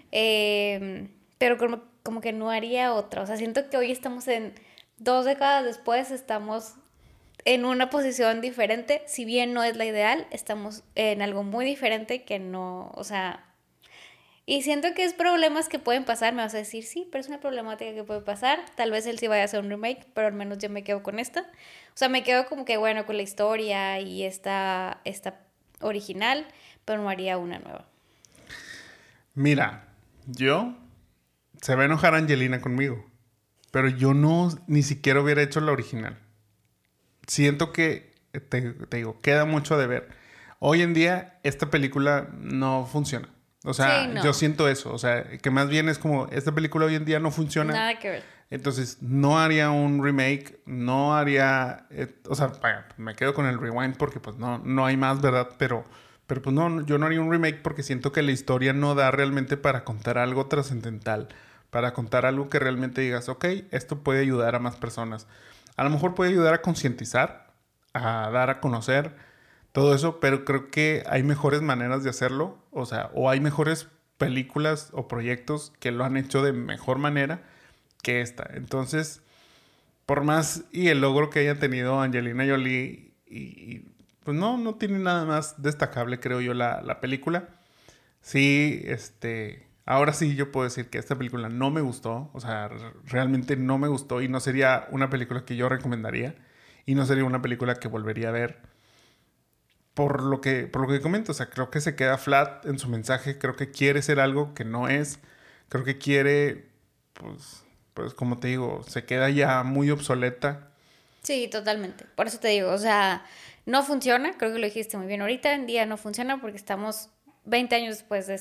Pero como que no haría otra. O sea, siento que hoy estamos 2 décadas después, estamos en una posición diferente. Si bien no es la ideal, estamos en algo muy diferente que no, o sea... Y siento que es problemas que pueden pasar. Me vas a decir, sí, pero es una problemática que puede pasar. Tal vez él sí vaya a hacer un remake, pero al menos yo me quedo con esta. O sea, me quedo como que, bueno, con la historia y esta original, pero no haría una nueva. Mira, se va a enojar Angelina conmigo, pero yo ni siquiera hubiera hecho la original. Siento que, te digo, queda mucho de ver. Hoy en día, esta película no funciona. O sea, sí, no. Yo siento eso. O sea, que más bien es como, esta película hoy en día no funciona. Nada que ver. Entonces, no haría un remake, no haría... o sea, me quedo con el rewind porque pues no hay más, ¿verdad? Pero pues no, yo no haría un remake porque siento que la historia no da realmente para contar algo trascendental. Para contar algo que realmente digas, ok, esto puede ayudar a más personas. A lo mejor puede ayudar a concientizar, a dar a conocer todo eso, pero creo que hay mejores maneras de hacerlo. O sea, o hay mejores películas o proyectos que lo han hecho de mejor manera que esta. Entonces, por más y el logro que haya tenido Angelina Jolie, pues no tiene nada más destacable, creo yo, la película. Sí, ahora sí yo puedo decir que esta película no me gustó. O sea, realmente no me gustó y no sería una película que yo recomendaría. Y no sería una película que volvería a ver. Por lo que comento, o sea, creo que se queda flat en su mensaje. Creo que quiere ser algo que no es. Creo que quiere, pues como te digo, se queda ya muy obsoleta. Sí, totalmente. Por eso te digo, o sea, no funciona. Creo que lo dijiste muy bien ahorita. En día no funciona porque estamos 20 años después de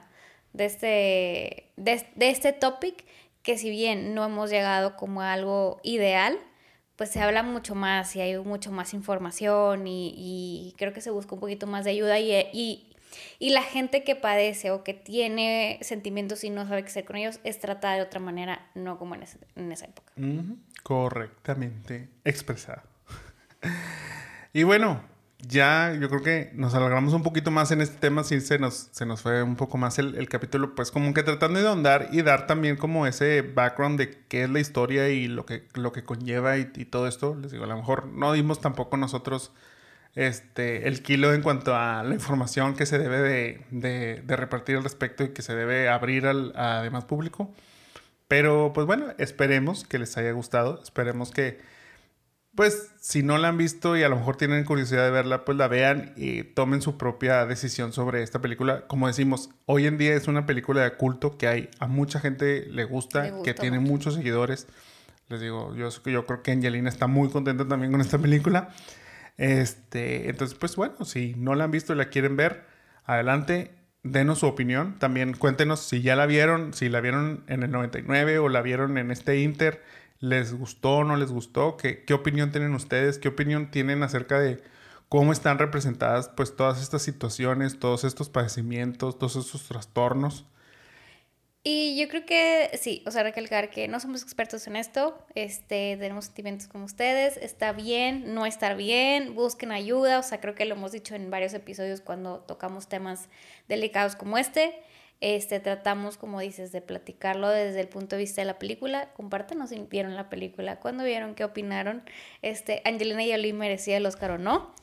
este topic, que si bien no hemos llegado como a algo ideal, pues se habla mucho más y hay mucho más información y creo que se busca un poquito más de ayuda y la gente que padece o que tiene sentimientos y no sabe qué hacer con ellos es tratada de otra manera, no como en esa época. Correctamente expresado. Y bueno, ya yo creo que nos alargamos un poquito más en este tema. Sí, se nos fue un poco más el capítulo, pues como que tratando de ahondar y dar también como ese background de qué es la historia y lo que conlleva y todo esto. Les digo, a lo mejor no dimos tampoco nosotros el kilo en cuanto a la información que se debe de repartir al respecto y que se debe abrir a demás público. Pero pues bueno, esperemos que les haya gustado. Esperemos que, pues, si no la han visto y a lo mejor tienen curiosidad de verla, pues la vean y tomen su propia decisión sobre esta película. Como decimos, hoy en día es una película de culto que a mucha gente le gusta que tiene muchos seguidores. Les digo, yo creo que Angelina está muy contenta también con esta película. Entonces, pues bueno, si no la han visto y la quieren ver, adelante, denos su opinión. También cuéntenos si ya la vieron, si la vieron en el 99 o la vieron en este Inter. ¿Les gustó o no les gustó? ¿Qué opinión tienen ustedes? ¿Qué opinión tienen acerca de cómo están representadas pues todas estas situaciones, todos estos padecimientos, todos estos trastornos? Y yo creo que sí, o sea, recalcar que no somos expertos en esto, tenemos sentimientos como ustedes, está bien, no estar bien, busquen ayuda, o sea, creo que lo hemos dicho en varios episodios cuando tocamos temas delicados como tratamos, como dices, de platicarlo desde el punto de vista de la película. Compártanos si vieron la película, cuándo vieron, qué opinaron, Angelina Jolie merecía el Oscar o no.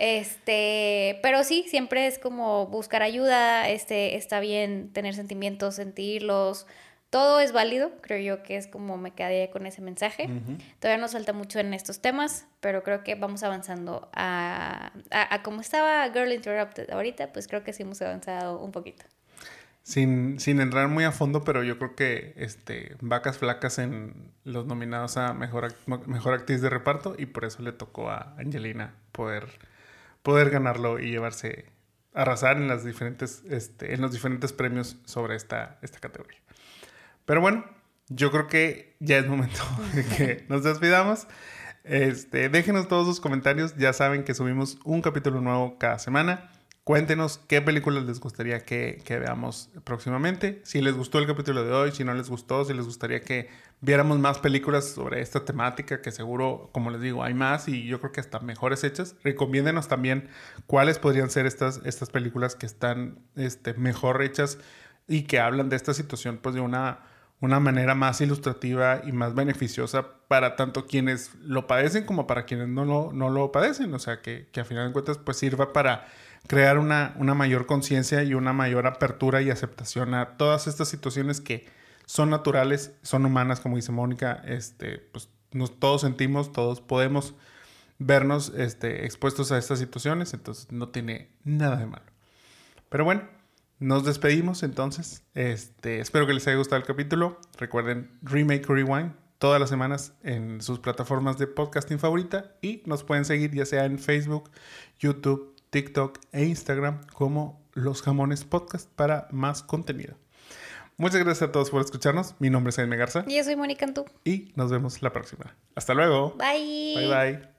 Pero sí, siempre es como buscar ayuda, está bien tener sentimientos, sentirlos, todo es válido, creo yo que es como me quedaría con ese mensaje. Uh-huh. Todavía nos falta mucho en estos temas, pero creo que vamos avanzando a como estaba Girl Interrupted ahorita, pues creo que sí hemos avanzado un poquito. Sin entrar muy a fondo, pero yo creo que vacas flacas en los nominados a mejor actriz de reparto, y por eso le tocó a Angelina poder ganarlo y arrasar en los diferentes premios sobre esta categoría. Pero bueno, yo creo que ya es momento de que nos despidamos. Déjenos todos sus comentarios. Ya saben que subimos un capítulo nuevo cada semana. Cuéntenos qué películas les gustaría que veamos próximamente. Si les gustó el capítulo de hoy, si no les gustó, si les gustaría que viéramos más películas sobre esta temática, que seguro, como les digo, hay más y yo creo que hasta mejores hechas. Recomiéndenos también cuáles podrían ser estas películas que están mejor hechas y que hablan de esta situación pues de una manera más ilustrativa y más beneficiosa para tanto quienes lo padecen como para quienes no lo padecen. O sea, que a final de cuentas pues sirva para crear una mayor conciencia y una mayor apertura y aceptación a todas estas situaciones que son naturales, son humanas, como dice Mónica. Pues todos sentimos, todos podemos vernos expuestos a estas situaciones, entonces no tiene nada de malo. Pero bueno, nos despedimos entonces. Espero que les haya gustado el capítulo. Recuerden Remake o Rewind todas las semanas en sus plataformas de podcasting favorita, y nos pueden seguir ya sea en Facebook, YouTube, TikTok e Instagram como Los Jamones Podcast para más contenido. Muchas gracias a todos por escucharnos. Mi nombre es Jaime Garza. Y yo soy Mónica Antú. Y nos vemos la próxima. Hasta luego. Bye. Bye bye.